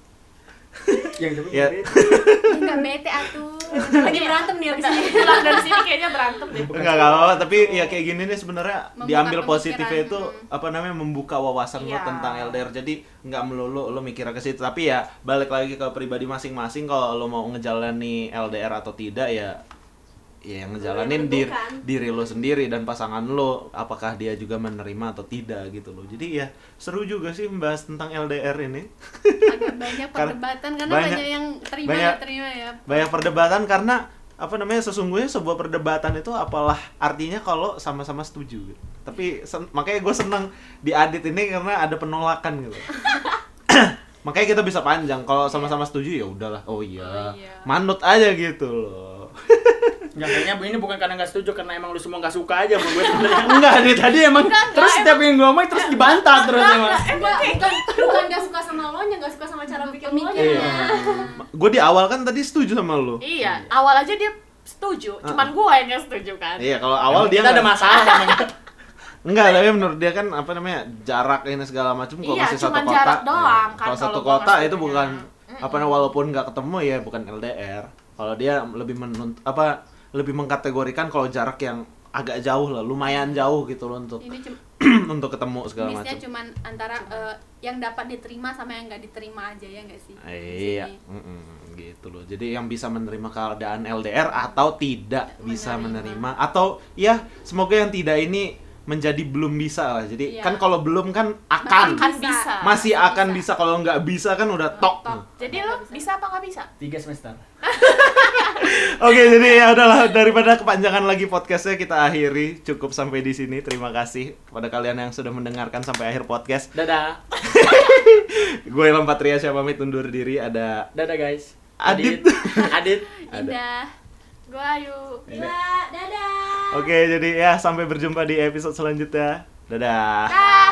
Yang Ya. Enggak bete atuh. Lagi berantem nih abis Bentar, ini. pulang dari sini kayaknya berantem deh. Enggak enggak apa-apa, tapi ya kayak gini nih sebenarnya Membuka diambil pemikiran. positifnya itu apa namanya membuka wawasan lo Iya. tentang L D R. Jadi nggak melulu lo mikirnya ke situ, tapi ya balik lagi ke pribadi masing-masing kalau lo mau ngejalani L D R atau tidak ya ya yang ngejalanin yang diri, menentukan. diri lo sendiri dan pasangan lo apakah dia juga menerima atau tidak gitu loh. Jadi ya seru juga sih membahas tentang L D R ini. Agak banyak Karena perdebatan karena banyak- banyak, yang terima banyak- nggak terima ya. Banyak perdebatan karena apa namanya sesungguhnya sebuah perdebatan itu apalah artinya kalau sama-sama setuju gitu. Tapi sen- makanya gue seneng di Adit ini karena ada penolakan gitu. Makanya kita bisa panjang kalau sama-sama setuju ya udahlah. Oh iya. Oh iya. Manut aja gitu loh. Ya kayaknya ini bukan karena nggak setuju, karena emang lu semua nggak suka aja sama gue. Enggak, Adit Tadi emang terus setiap yang gue ngomong terus dibantah terus emang. Enggak, bukan bukan gak suka sama lo nya, gak suka sama cara pikir lo nya. Pemikirannya. Gue di awal kan tadi setuju sama lu. Iya, awal aja dia setuju, cuman gue yang nggak setuju kan. Iya, kalau awal dia kita ada nggak- masalah emang. Enggak, tapi menurut dia kan apa namanya jarak ini segala macam kalau Iya, masih satu cuman kota. jarak doang kan Kalau satu kalau gua kota nggak itu setuju. bukan Mm-mm. apa namanya walaupun nggak ketemu ya bukan L D R. Kalau dia lebih menunt apa lebih mengkategorikan kalau jarak yang agak jauh lah, lumayan jauh gitu loh untuk Ini cuma untuk ketemu segala bisnya macam. cuman antara eh, yang dapat diterima sama yang nggak diterima aja ya nggak sih? Di Iya, sini. mm-mm, gitu loh. Jadi yang bisa menerima keadaan L D R atau tidak bisa Menerima. menerima atau ya semoga yang tidak ini menjadi belum bisa lah. Jadi Iya. kan kalau belum kan akan Akan bisa. masih akan bisa, kalau nggak bisa kan udah tok. Tok. Jadi lo bisa apa nggak bisa? Tiga semester. Oke, jadi ya udahlah daripada kepanjangan lagi podcastnya kita akhiri cukup sampai di sini. Terima kasih kepada kalian yang sudah mendengarkan sampai akhir podcast. Dadah. Gue Ilham Patria siapa pamit undur diri. Ada Dadah guys. Adit. Adit. Ada. Indah. Gue Ayu. Gila, dadah. Oke, jadi ya sampai berjumpa di episode selanjutnya. Dadah. Bye.